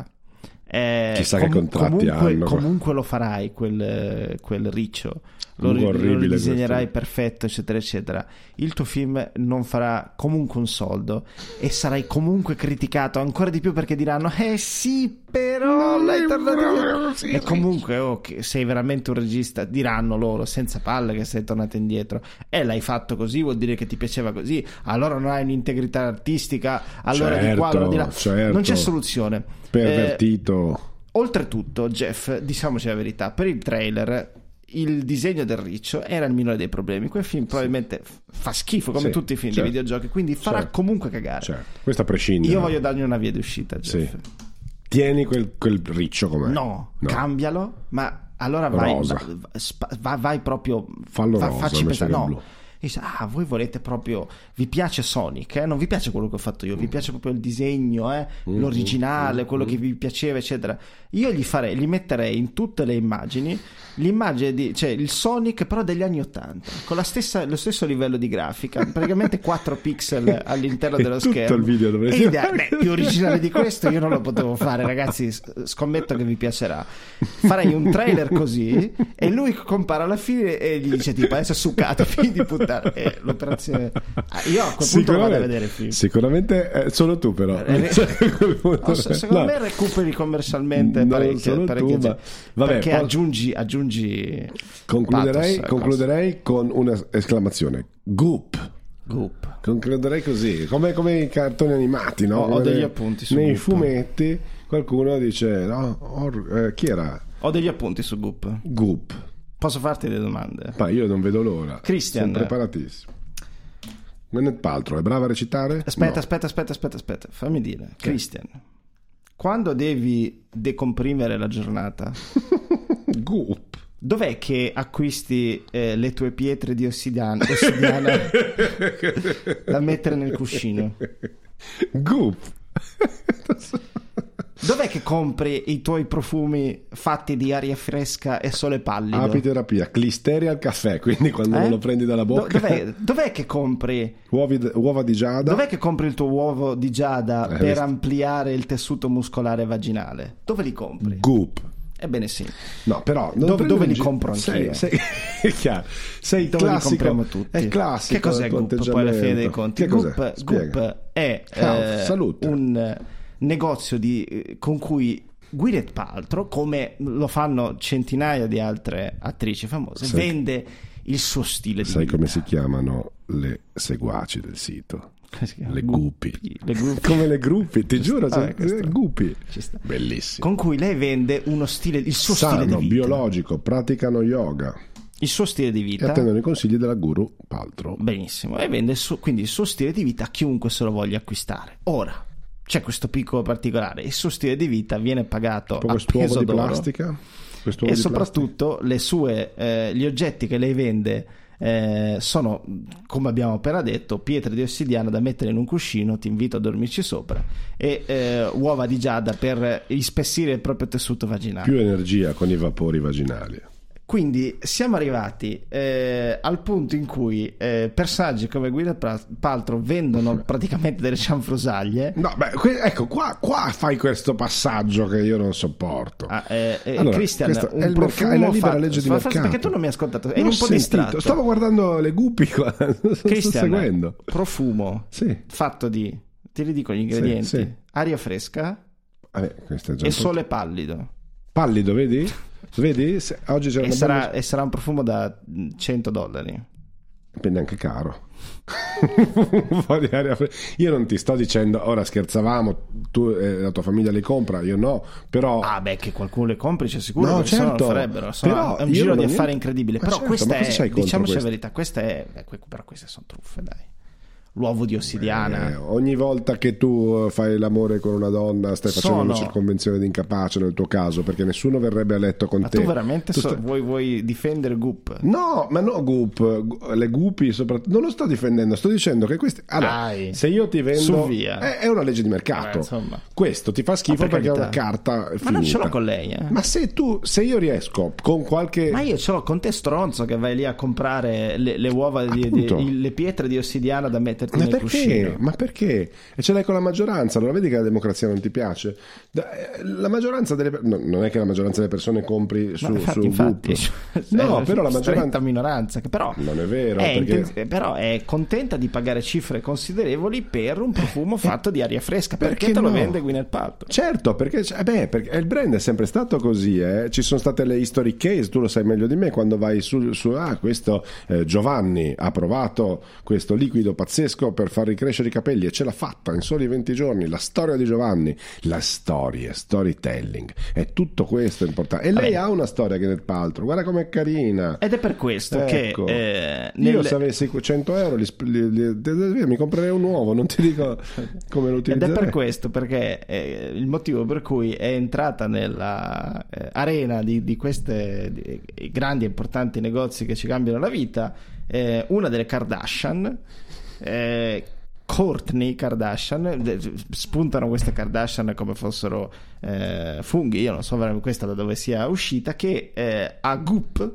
Eh, Chissà che contratti comunque, hanno. comunque lo farai quel, quel riccio, lo, Lungo, ri- lo orribile disegnerai questo. perfetto, eccetera eccetera. Il tuo film non farà comunque un soldo e sarai comunque criticato ancora di più, perché diranno eh sì però Non l'hai è tornato vero, indietro. sì, E sì. comunque oh, che sei veramente un regista, diranno loro senza palle che sei tornato indietro e l'hai fatto così, vuol dire che ti piaceva così, allora non hai un'integrità artistica, allora di qua, Certo, allora di là. certo. Non c'è soluzione. Pervertito. Eh, oltretutto, Jeff, diciamoci la verità, per il trailer il disegno del riccio era il minore dei problemi. Quel film probabilmente f- fa schifo come Sì, tutti i film certo. di videogiochi, quindi farà Certo. comunque cagare. Certo, questo a prescindere. Io voglio dargli una via d'uscita, Jeff. Sì. Tieni quel, quel riccio com'è. No, No. cambialo, ma allora vai, Rosa. va- spa- va- vai proprio, Fallo fa- rosa, facci invece pensare, che no. blu. Dice, ah, voi volete proprio, vi piace Sonic, eh? Non vi piace quello che ho fatto io, vi piace proprio il disegno, eh? Mm, l'originale, mm, quello mm. che vi piaceva, eccetera. Io gli farei, gli metterei in tutte le immagini l'immagine di, cioè il Sonic però degli anni ottanta, con la stessa, lo stesso livello di grafica, praticamente quattro pixel all'interno dello Tutto schermo. il video dovresti E idea- fare. beh, più originale di questo io non lo potevo fare, ragazzi, s- scommetto che vi piacerà. Farei un trailer così e lui compare alla fine e gli dice tipo adesso succato, figli di puttana. E l'operazione, ah, io a quel punto lo vado a vedere il film. Sicuramente eh, solo tu però. Eh, Secondo No, se- secondo no. me recuperi commercialmente Non parecchie, solo tu, parecchie ma- gente. vabbè, perché poi- aggiungi, aggiungi Concluderei, pathos, concluderei con un'esclamazione. Goop. Goop. Concluderei così, come, come i cartoni animati, no? Ho- ho Come degli nei- appunti su Nei Goop. fumetti qualcuno dice, no, or- eh, chi era? Ho degli appunti su Goop. Goop. Posso farti delle domande? Ma io non vedo l'ora. Christian. Sono preparatissimo. Gwyneth Paltrow è brava a recitare? Aspetta, No. aspetta, aspetta, aspetta, aspetta, fammi dire. Christian, quando devi decomprimere la giornata, Goop. dov'è che acquisti eh, le tue pietre di ossidiana, ossidiana da mettere nel cuscino? Goop. Dov'è che compri i tuoi profumi fatti di aria fresca e sole pallido? Apiterapia, clisteria al caffè, quindi quando Eh? non lo prendi dalla Do- bocca. dov'è, dov'è che compri Uovi- uova di giada. Dov'è che compri il tuo uovo di giada Eh, per visto. ampliare il tessuto muscolare vaginale? Dove li compri? Goop. Ebbene sì. No, però non Dove- prendo dove in li gi- compro anch'io? Sei, sei, è chiaro. Sei Dove li classico. compriamo tutti? È classico. Che cos'è il Goop poi alla fine dei conteggiamento. conti? Che cos'è? Goop, Spiega. Goop è Health, eh, salute. un eh, negozio di, eh, con cui Gwyneth Paltrow, come lo fanno centinaia di altre attrici famose, Sai- vende il suo stile di Sai vita. come si chiamano le seguaci del sito? Come si chiama? Le guppy. Le guppy. Come le gruppi, ti giuro, sta, sono- eh, questo- guppy. Ci sta. Bellissimo. Con cui lei vende uno stile, il suo stile Sano, di vita. biologico, praticano yoga Il suo stile di e vita. attendono i consigli della guru Paltrow. Benissimo. E vende il suo- quindi il suo stile di vita a chiunque se lo voglia acquistare. Ora, c'è questo piccolo particolare. Il suo stile di vita viene pagato Poi a quest'uovo peso di d'oro. plastica. Quest'uovo E di soprattutto le sue, eh, gli oggetti che lei vende eh, sono, come abbiamo appena detto, pietre di ossidiana da mettere in un cuscino, ti invito a dormirci sopra, e eh, uova di giada per ispessire il proprio tessuto vaginale. Più energia con i vapori vaginali. Quindi siamo arrivati eh, al punto in cui eh, personaggi come Gwyneth Paltrow vendono praticamente delle cianfrusaglie. No, beh, que- ecco, qua, qua fai questo passaggio che io non sopporto. Ah, eh, eh, Allora, Christian, questo un è, il merc- profumo è la libera fatto- legge di fa- fa- mercato. perché tu non mi hai ascoltato, eri Non ho un po' sentito, distratto. stavo guardando le guppy qua, non sto Christian, seguendo. profumo Sì. fatto di, ti ridico gli ingredienti, sì. aria fresca Vabbè, questo è già e un po' sole pallido. pallido, vedi? Vedi? Se- oggi c'era E una sarà, bella... e sarà un profumo da cento dollari. Dipende anche caro. Un po' di aria fre- Io non ti sto dicendo, ora scherzavamo, tu e la tua famiglia li compra, io no, però... Ah beh, che qualcuno le compri c'è sicuro, No, perché sennò certo. non lo farebbero. Sono- Però è un io giro non di ho affari niente- incredibile. Ma Però certo, questa ma cosa è, c'hai contro diciamoci la questo? verità, questa è, beh, que- però queste sono truffe, dai. l'uovo di ossidiana. Eh, ogni volta che tu fai l'amore con una donna stai facendo Sono... una circonvenzione di incapace nel tuo caso, perché nessuno verrebbe a letto con ma te. tu veramente tu so... stai... vuoi, vuoi difendere Goop? No, ma no Goop, le gupi soprattutto. Non lo sto difendendo, sto dicendo che questi... Allora, Dai, se io ti vendo... su via. È, è una legge di mercato. Vabbè, questo ti fa schifo per perché è carità. una carta finita. Ma non ce l'ho con lei, eh. Ma se tu, se io riesco con qualche... Ma io ce l'ho con te stronzo che vai lì a comprare le, le uova, di, di, le pietre di ossidiana da metterti ma nel perché? cuscino. Ma perché? E ce l'hai con la maggioranza, allora vedi che la democrazia non ti piace. La maggioranza delle no, non è che la maggioranza delle persone compri su, ma infatti, su infatti, Goop. No, però la maggioranza minoranza che però non è vero, è perché... inten... però è contenta di pagare cifre considerevoli per un profumo fatto di aria fresca. Perché, perché te lo no? vende Gwyneth Paltrow? Certo, perché, eh beh, perché il brand è sempre stato così, eh. Ci sono state le history case, tu lo sai meglio di me, quando vai su, su ah, questo eh, Giovanni ha provato questo liquido pazzesco per far ricrescere i capelli e ce l'ha fatta in soli venti giorni. La storia di Giovanni, la storia, storytelling, è tutto questo importante. E lei Vabbè. ha una storia che nel paltro, guarda com'è carina. Ed è per questo Ecco. che eh, io nel... se avessi cento euro li, li, li, li, mi comprerei un nuovo, non ti dico come lo Ed utilizzerei. è per questo, perché eh, il motivo per cui è entrata nella eh, arena di, di queste di, di grandi e importanti negozi che ci cambiano la vita, eh, una delle Kardashian, eh, Kourtney Kardashian. Spuntano queste Kardashian come fossero eh, funghi, io non so veramente questa da dove sia uscita, che eh, a Goop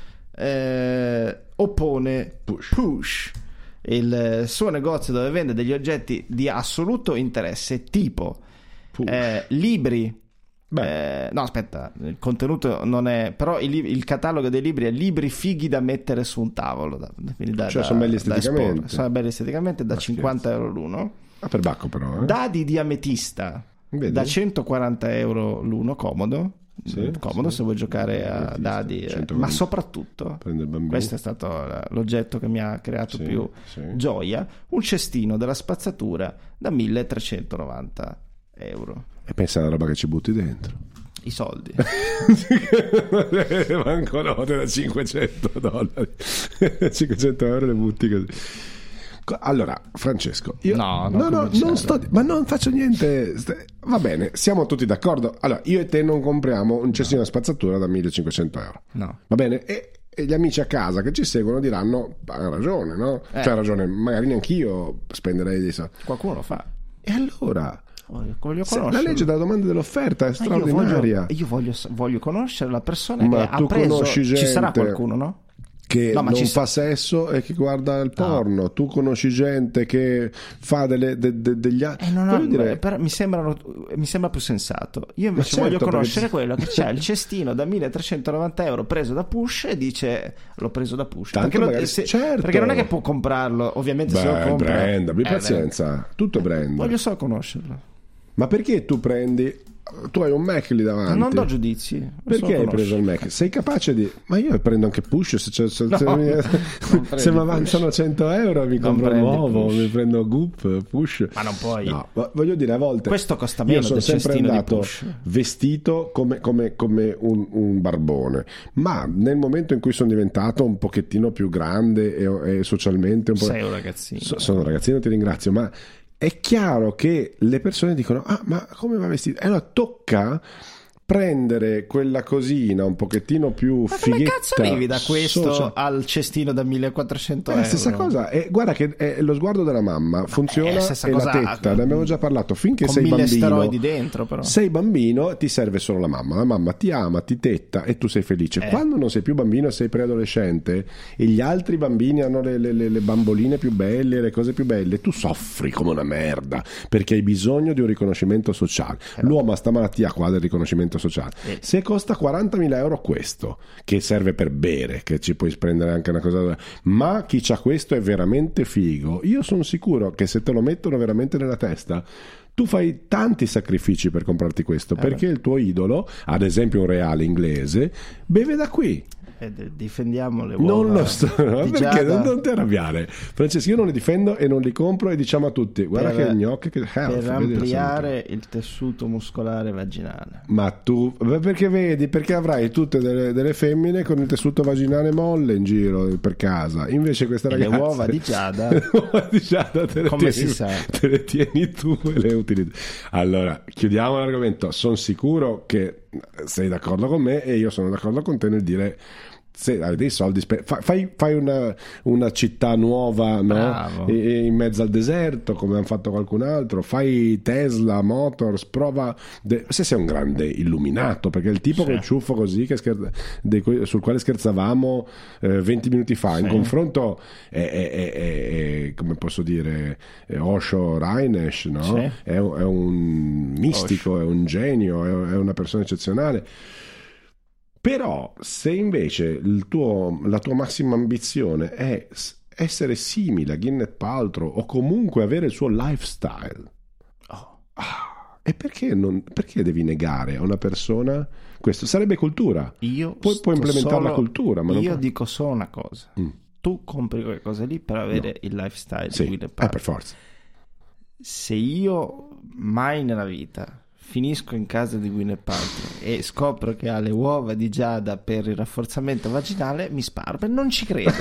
eh, oppone Push. Push, il suo negozio dove vende degli oggetti di assoluto interesse, tipo eh, libri. Eh, no, aspetta, il contenuto non è, però il, il catalogo dei libri è libri fighi da mettere su un tavolo, da, da, cioè da, sono belli da esteticamente, esporre. Sono belli esteticamente, da cinquanta euro l'uno. Ah, per bacco però, eh? Dadi di ametista, vedi? Da centoquaranta euro l'uno, comodo. Sì, comodo sì, se vuoi giocare a dadi, eh, ma soprattutto questo è stato l'oggetto che mi ha creato sì, più sì. gioia, un cestino della spazzatura da milletrecentonovanta euro. E pensa alla roba che ci butti dentro, i soldi. Manco note da cinquecento dollari. cinquecento euro le butti così. Allora, Francesco, io no, no, no, non sto, ma non faccio niente. Va bene, siamo tutti d'accordo. Allora, io e te non compriamo un cestino da spazzatura da millecinquecento euro. No. Va bene? E, e gli amici a casa che ci seguono diranno: ha ragione, no? Eh. Cioè, ha ragione, magari neanch'io spenderei di so. Qualcuno lo fa. E allora? Voglio la legge della domanda e dell'offerta è straordinaria. Io voglio, io voglio, voglio conoscere la persona ma che tu ha preso. Conosci gente ci sarà qualcuno, no? Che no, non ci... fa sesso e che guarda il porno. No. Tu conosci gente che fa delle, de, de, degli altri. Eh, no, no, dire... però mi, sembrano, mi sembra più sensato. Io invece certo, voglio conoscere perché... quello che c'ha il cestino da milletrecentonovanta euro preso da Push e dice l'ho preso da Push. Perché, magari... lo, se... certo. perché non è che può comprarlo, ovviamente. Beh, se lo compra. Brand, abbi eh, pazienza, beh. Tutto brand. Voglio solo conoscerlo. Ma perché tu prendi? Tu hai un Mac lì davanti. Ma non do giudizi. Perché hai preso il Mac? Sei capace di. Ma io prendo anche Push. Se, se, se, no, se, mi... se mi avanzano cento euro mi compro un nuovo. Mi prendo Goop, Push. Ma non puoi. No, voglio dire, a volte. Questo costa meno. Io sono sempre andato vestito come, come, come un, un barbone. Ma nel momento in cui sono diventato un pochettino più grande e, e socialmente un po'. Sei un ragazzino. So, sono un ragazzino, ti ringrazio. Ma è chiaro che le persone dicono: ah, ma come va vestito? E allora tocca prendere quella cosina un pochettino più ma fighetta. Ma come cazzo arrivi da questo social... al cestino da millequattrocento è euro? È la stessa cosa. E guarda che è lo sguardo della mamma funziona e cosa... la tetta, ne abbiamo già parlato. Finché con sei mille bambino, steroidi dentro, però. sei bambino, ti serve solo la mamma. La mamma ti ama, ti tetta e tu sei felice. Eh. Quando non sei più bambino e sei preadolescente e gli altri bambini hanno le, le, le, le bamboline più belle, le cose più belle, tu soffri come una merda perché hai bisogno di un riconoscimento sociale. Eh. L'uomo ha sta malattia qua del riconoscimento sociale. Eh. Se costa quarantamila euro questo, che serve per bere, che ci puoi prendere anche una cosa, ma chi c'ha questo è veramente figo, io sono sicuro che se te lo mettono veramente nella testa tu fai tanti sacrifici per comprarti questo, eh perché beh. il tuo idolo, ad esempio un reale inglese, beve da qui. Fede, difendiamo le uova. Non lo so, perché Giada. non, non ti arrabbiare, Francesco. Io non li difendo e non li compro e diciamo a tutti: guarda Per- che gnocchi, che health, per vedi la ampliare salute. il tessuto muscolare vaginale. Ma tu, beh, perché vedi? Perché avrai tutte delle, delle femmine con il tessuto vaginale molle in giro per casa. Invece queste E le ragazze, uova di Giada, le uova di Giada te le come tieni, si sa? te le tieni tu e le utilizzi. Allora, chiudiamo l'argomento. Sono sicuro che sei d'accordo con me e io sono d'accordo con te nel dire: se hai dei soldi, spe- fa- fai, fai una, una città nuova, no? Bravo. E- e in mezzo al deserto, come hanno fatto qualcun altro. Fai Tesla Motors, prova de- se sei un grande illuminato, perché il tipo Sì. col ciuffo così che scher- de- que- sul quale scherzavamo eh, venti minuti fa, in Sì. confronto è, è- è- è- è, come posso dire, è Osho Rainesh, no? Sì. È, un- è un mistico, è un genio, è, è una persona eccezionale. Però se invece il tuo, la tua massima ambizione è s- essere simile a Gwyneth Paltrow o comunque avere il suo lifestyle, Oh. ah, e perché, non, perché devi negare a una persona questo? Sarebbe cultura. Io Puoi, puoi sto implementare la solo- cultura, ma non io puoi- dico solo una cosa: Mm. tu compri quelle cose lì per avere No. il lifestyle Sì, di Gwyneth eh, Paltrow. per forza. Se io mai nella vita finisco in casa di Gwyneth Paltrow e scopro che ha le uova di Giada per il rafforzamento vaginale, mi sparo, perché non ci credo.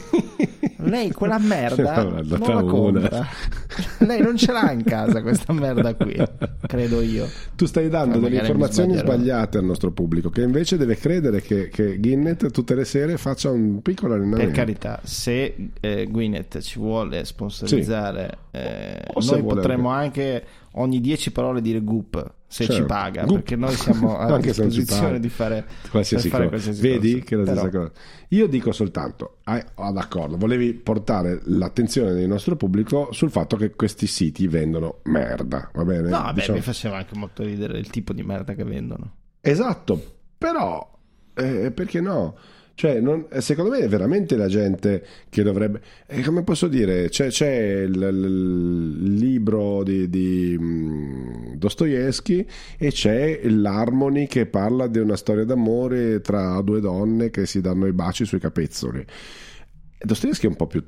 Lei quella merda No, non data la una. compra. Lei non ce l'ha in casa questa merda qui, credo io. Tu stai dando Ma delle magari mi informazioni sbaglierò. sbagliate al nostro pubblico, che invece deve credere che, che Gwyneth tutte le sere faccia un piccolo Per allenamento. carità, se eh, Gwyneth ci vuole sponsorizzare, eh, O se noi vuole potremmo anche ogni dieci parole dire Goop, se Certo. ci paga, Goop. perché noi siamo a Anche se non ci disposizione paga. di fare Qualsiasi per fare cosa. qualsiasi Vedi cosa. che è la stessa Però- cosa. Io dico soltanto, ah, ah, d'accordo, volevi portare l'attenzione del nostro pubblico sul fatto che questi siti vendono merda, va bene? No, vabbè, Diciamo- mi faceva anche molto ridere il tipo di merda che vendono. Esatto, però eh, perché no? Cioè, non- eh, secondo me è veramente la gente che dovrebbe, eh, come posso dire, c'è, c'è il, il libro di, di mm, Dostoevsky e c'è l'Harmony che parla di una storia d'amore tra due donne che si danno i baci sui capezzoli. Dostoevsky è un po' più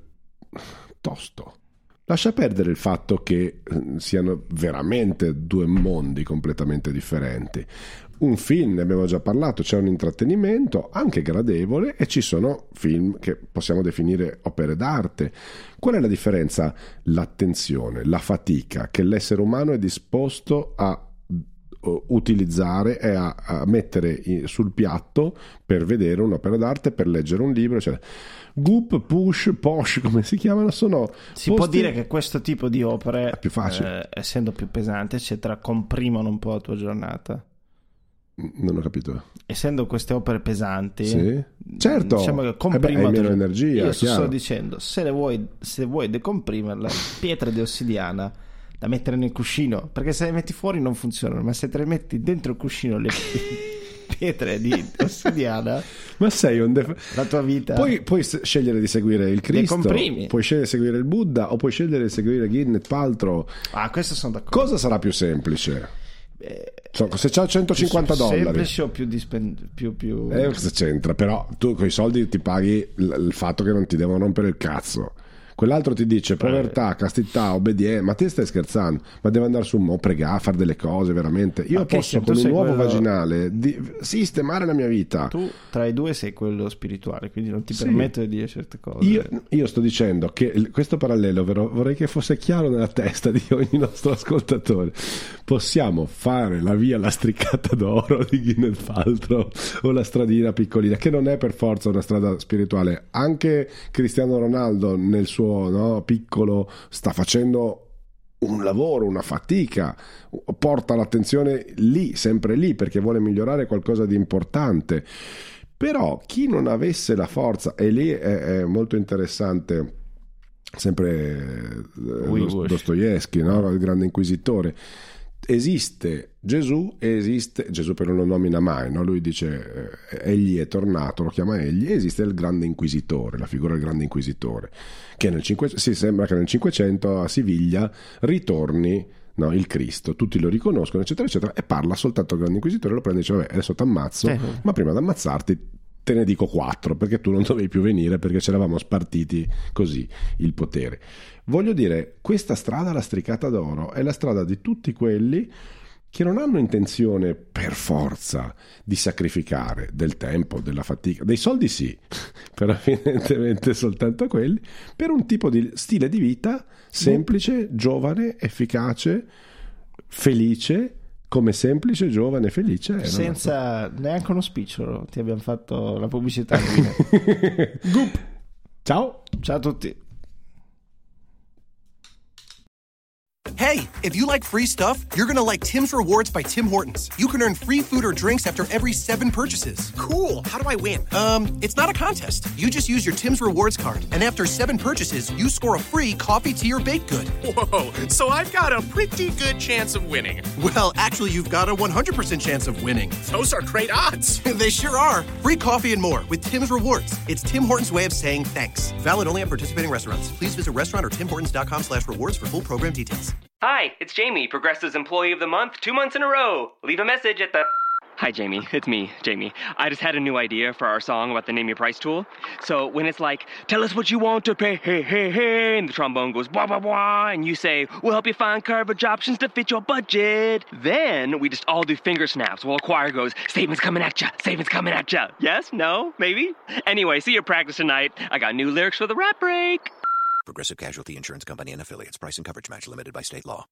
tosto. Lascia perdere il fatto che eh, siano veramente due mondi completamente differenti. Un film, ne abbiamo già parlato, c'è un intrattenimento anche gradevole e ci sono film che possiamo definire opere d'arte. Qual è la differenza? L'attenzione, la fatica che l'essere umano è disposto a uh, utilizzare e a, a mettere i- sul piatto per vedere un'opera d'arte, per leggere un libro, eccetera. Goop, push, posh, come si chiamano, sono Si può posti- dire che questo tipo di opere, È più facile. eh, essendo più pesanti, eccetera, comprimono un po' la tua giornata. Non ho capito. Essendo queste opere pesanti, Sì. Certo. diciamo che Eh beh, comprimono hai la meno tua- energia, Io sto chiaro. solo dicendo, se le vuoi, se vuoi decomprimerla, pietra di ossidiana da mettere nel cuscino, perché se le metti fuori non funzionano, ma se te le metti dentro il cuscino le pietre di ossidiana, Ma sei un def- la tua vita Puoi, puoi s- scegliere di seguire il Cristo, comprimi. puoi scegliere di seguire il Buddha o puoi scegliere di seguire Gwyneth Paltrow. Ah, questo sono d'accordo. Cosa sarà più semplice? Eh, So, se c'ha centocinquanta più dollari, semplice o più, dispen- più, più... eh, cosa c'entra? Però tu con i soldi ti paghi l- il fatto che non ti devono rompere il cazzo. Quell'altro ti dice povertà, castità, obbedienza. Ma te stai scherzando? Ma deve andare su mo pregare, fare delle cose veramente. Io Ma che posso se tu con un sei nuovo quello- vaginale di- sistemare la mia vita. Tu tra i due sei quello spirituale, quindi non ti Sì. permetto di dire certe cose. Io, io sto dicendo che il- questo parallelo vero- vorrei che fosse chiaro nella testa di ogni nostro ascoltatore. Possiamo fare la via lastricata d'oro di Gwyneth Paltrow o la stradina piccolina, che non è per forza una strada spirituale. Anche Cristiano Ronaldo nel suo no, piccolo sta facendo un lavoro, una fatica, porta l'attenzione lì, sempre lì, perché vuole migliorare qualcosa di importante. Però chi non avesse la forza, e lì è, è molto interessante, sempre eh, We Dost- wish. Dostoevsky, no? Il grande inquisitore. Esiste Gesù e esiste Gesù, però non lo nomina mai, no? Lui dice eh, egli è tornato, lo chiama egli, e esiste il grande inquisitore, la figura del grande inquisitore, che nel cinquecento, si sembra che nel cinquecento a Siviglia ritorni, no, il Cristo, tutti lo riconoscono, eccetera eccetera, e parla soltanto il grande inquisitore, lo prende e dice vabbè adesso ti ammazzo, Eh. ma prima di ammazzarti te ne dico quattro, perché tu non dovevi più venire, perché ci eravamo spartiti così il potere. Voglio dire, questa strada lastricata d'oro è la strada di tutti quelli che non hanno intenzione per forza di sacrificare del tempo, della fatica, dei soldi sì, però evidentemente soltanto quelli, per un tipo di stile di vita semplice, giovane, efficace, felice, come semplice, giovane, felice. Senza so. neanche uno spicciolo, ti abbiamo fatto la pubblicità. Goop. Ciao. Ciao a tutti. Hey, if you like free stuff, you're gonna like Tim's Rewards by Tim Hortons. You can earn free food or drinks after every seven purchases. Cool. How do I win? Um, it's not a contest. You just use your Tim's Rewards card, and after seven purchases, you score a free coffee, tea, or baked good. Whoa, so I've got a pretty good chance of winning. Well, actually, you've got a one hundred percent chance of winning. Those are great odds. They sure are. Free coffee and more with Tim's Rewards. It's Tim Hortons' way of saying thanks. Valid only at participating restaurants. Please visit restaurant or timhortons.com slash rewards for full program details. Hi, it's Jamie, Progressive's Employee of the Month, two months in a row. Leave a message at the... Hi, Jamie. It's me, Jamie. I just had a new idea for our song about the Name Your Price tool. So when it's like, tell us what you want to pay, hey, hey, hey, and the trombone goes, blah, blah, blah, and you say, we'll help you find coverage options to fit your budget. Then we just all do finger snaps while a choir goes, savings coming at ya, savings coming at ya. Yes? No? Maybe? Anyway, see you at practice tonight. I got new lyrics for the rap break. Progressive Casualty Insurance Company and Affiliates. Price and coverage match limited by state law.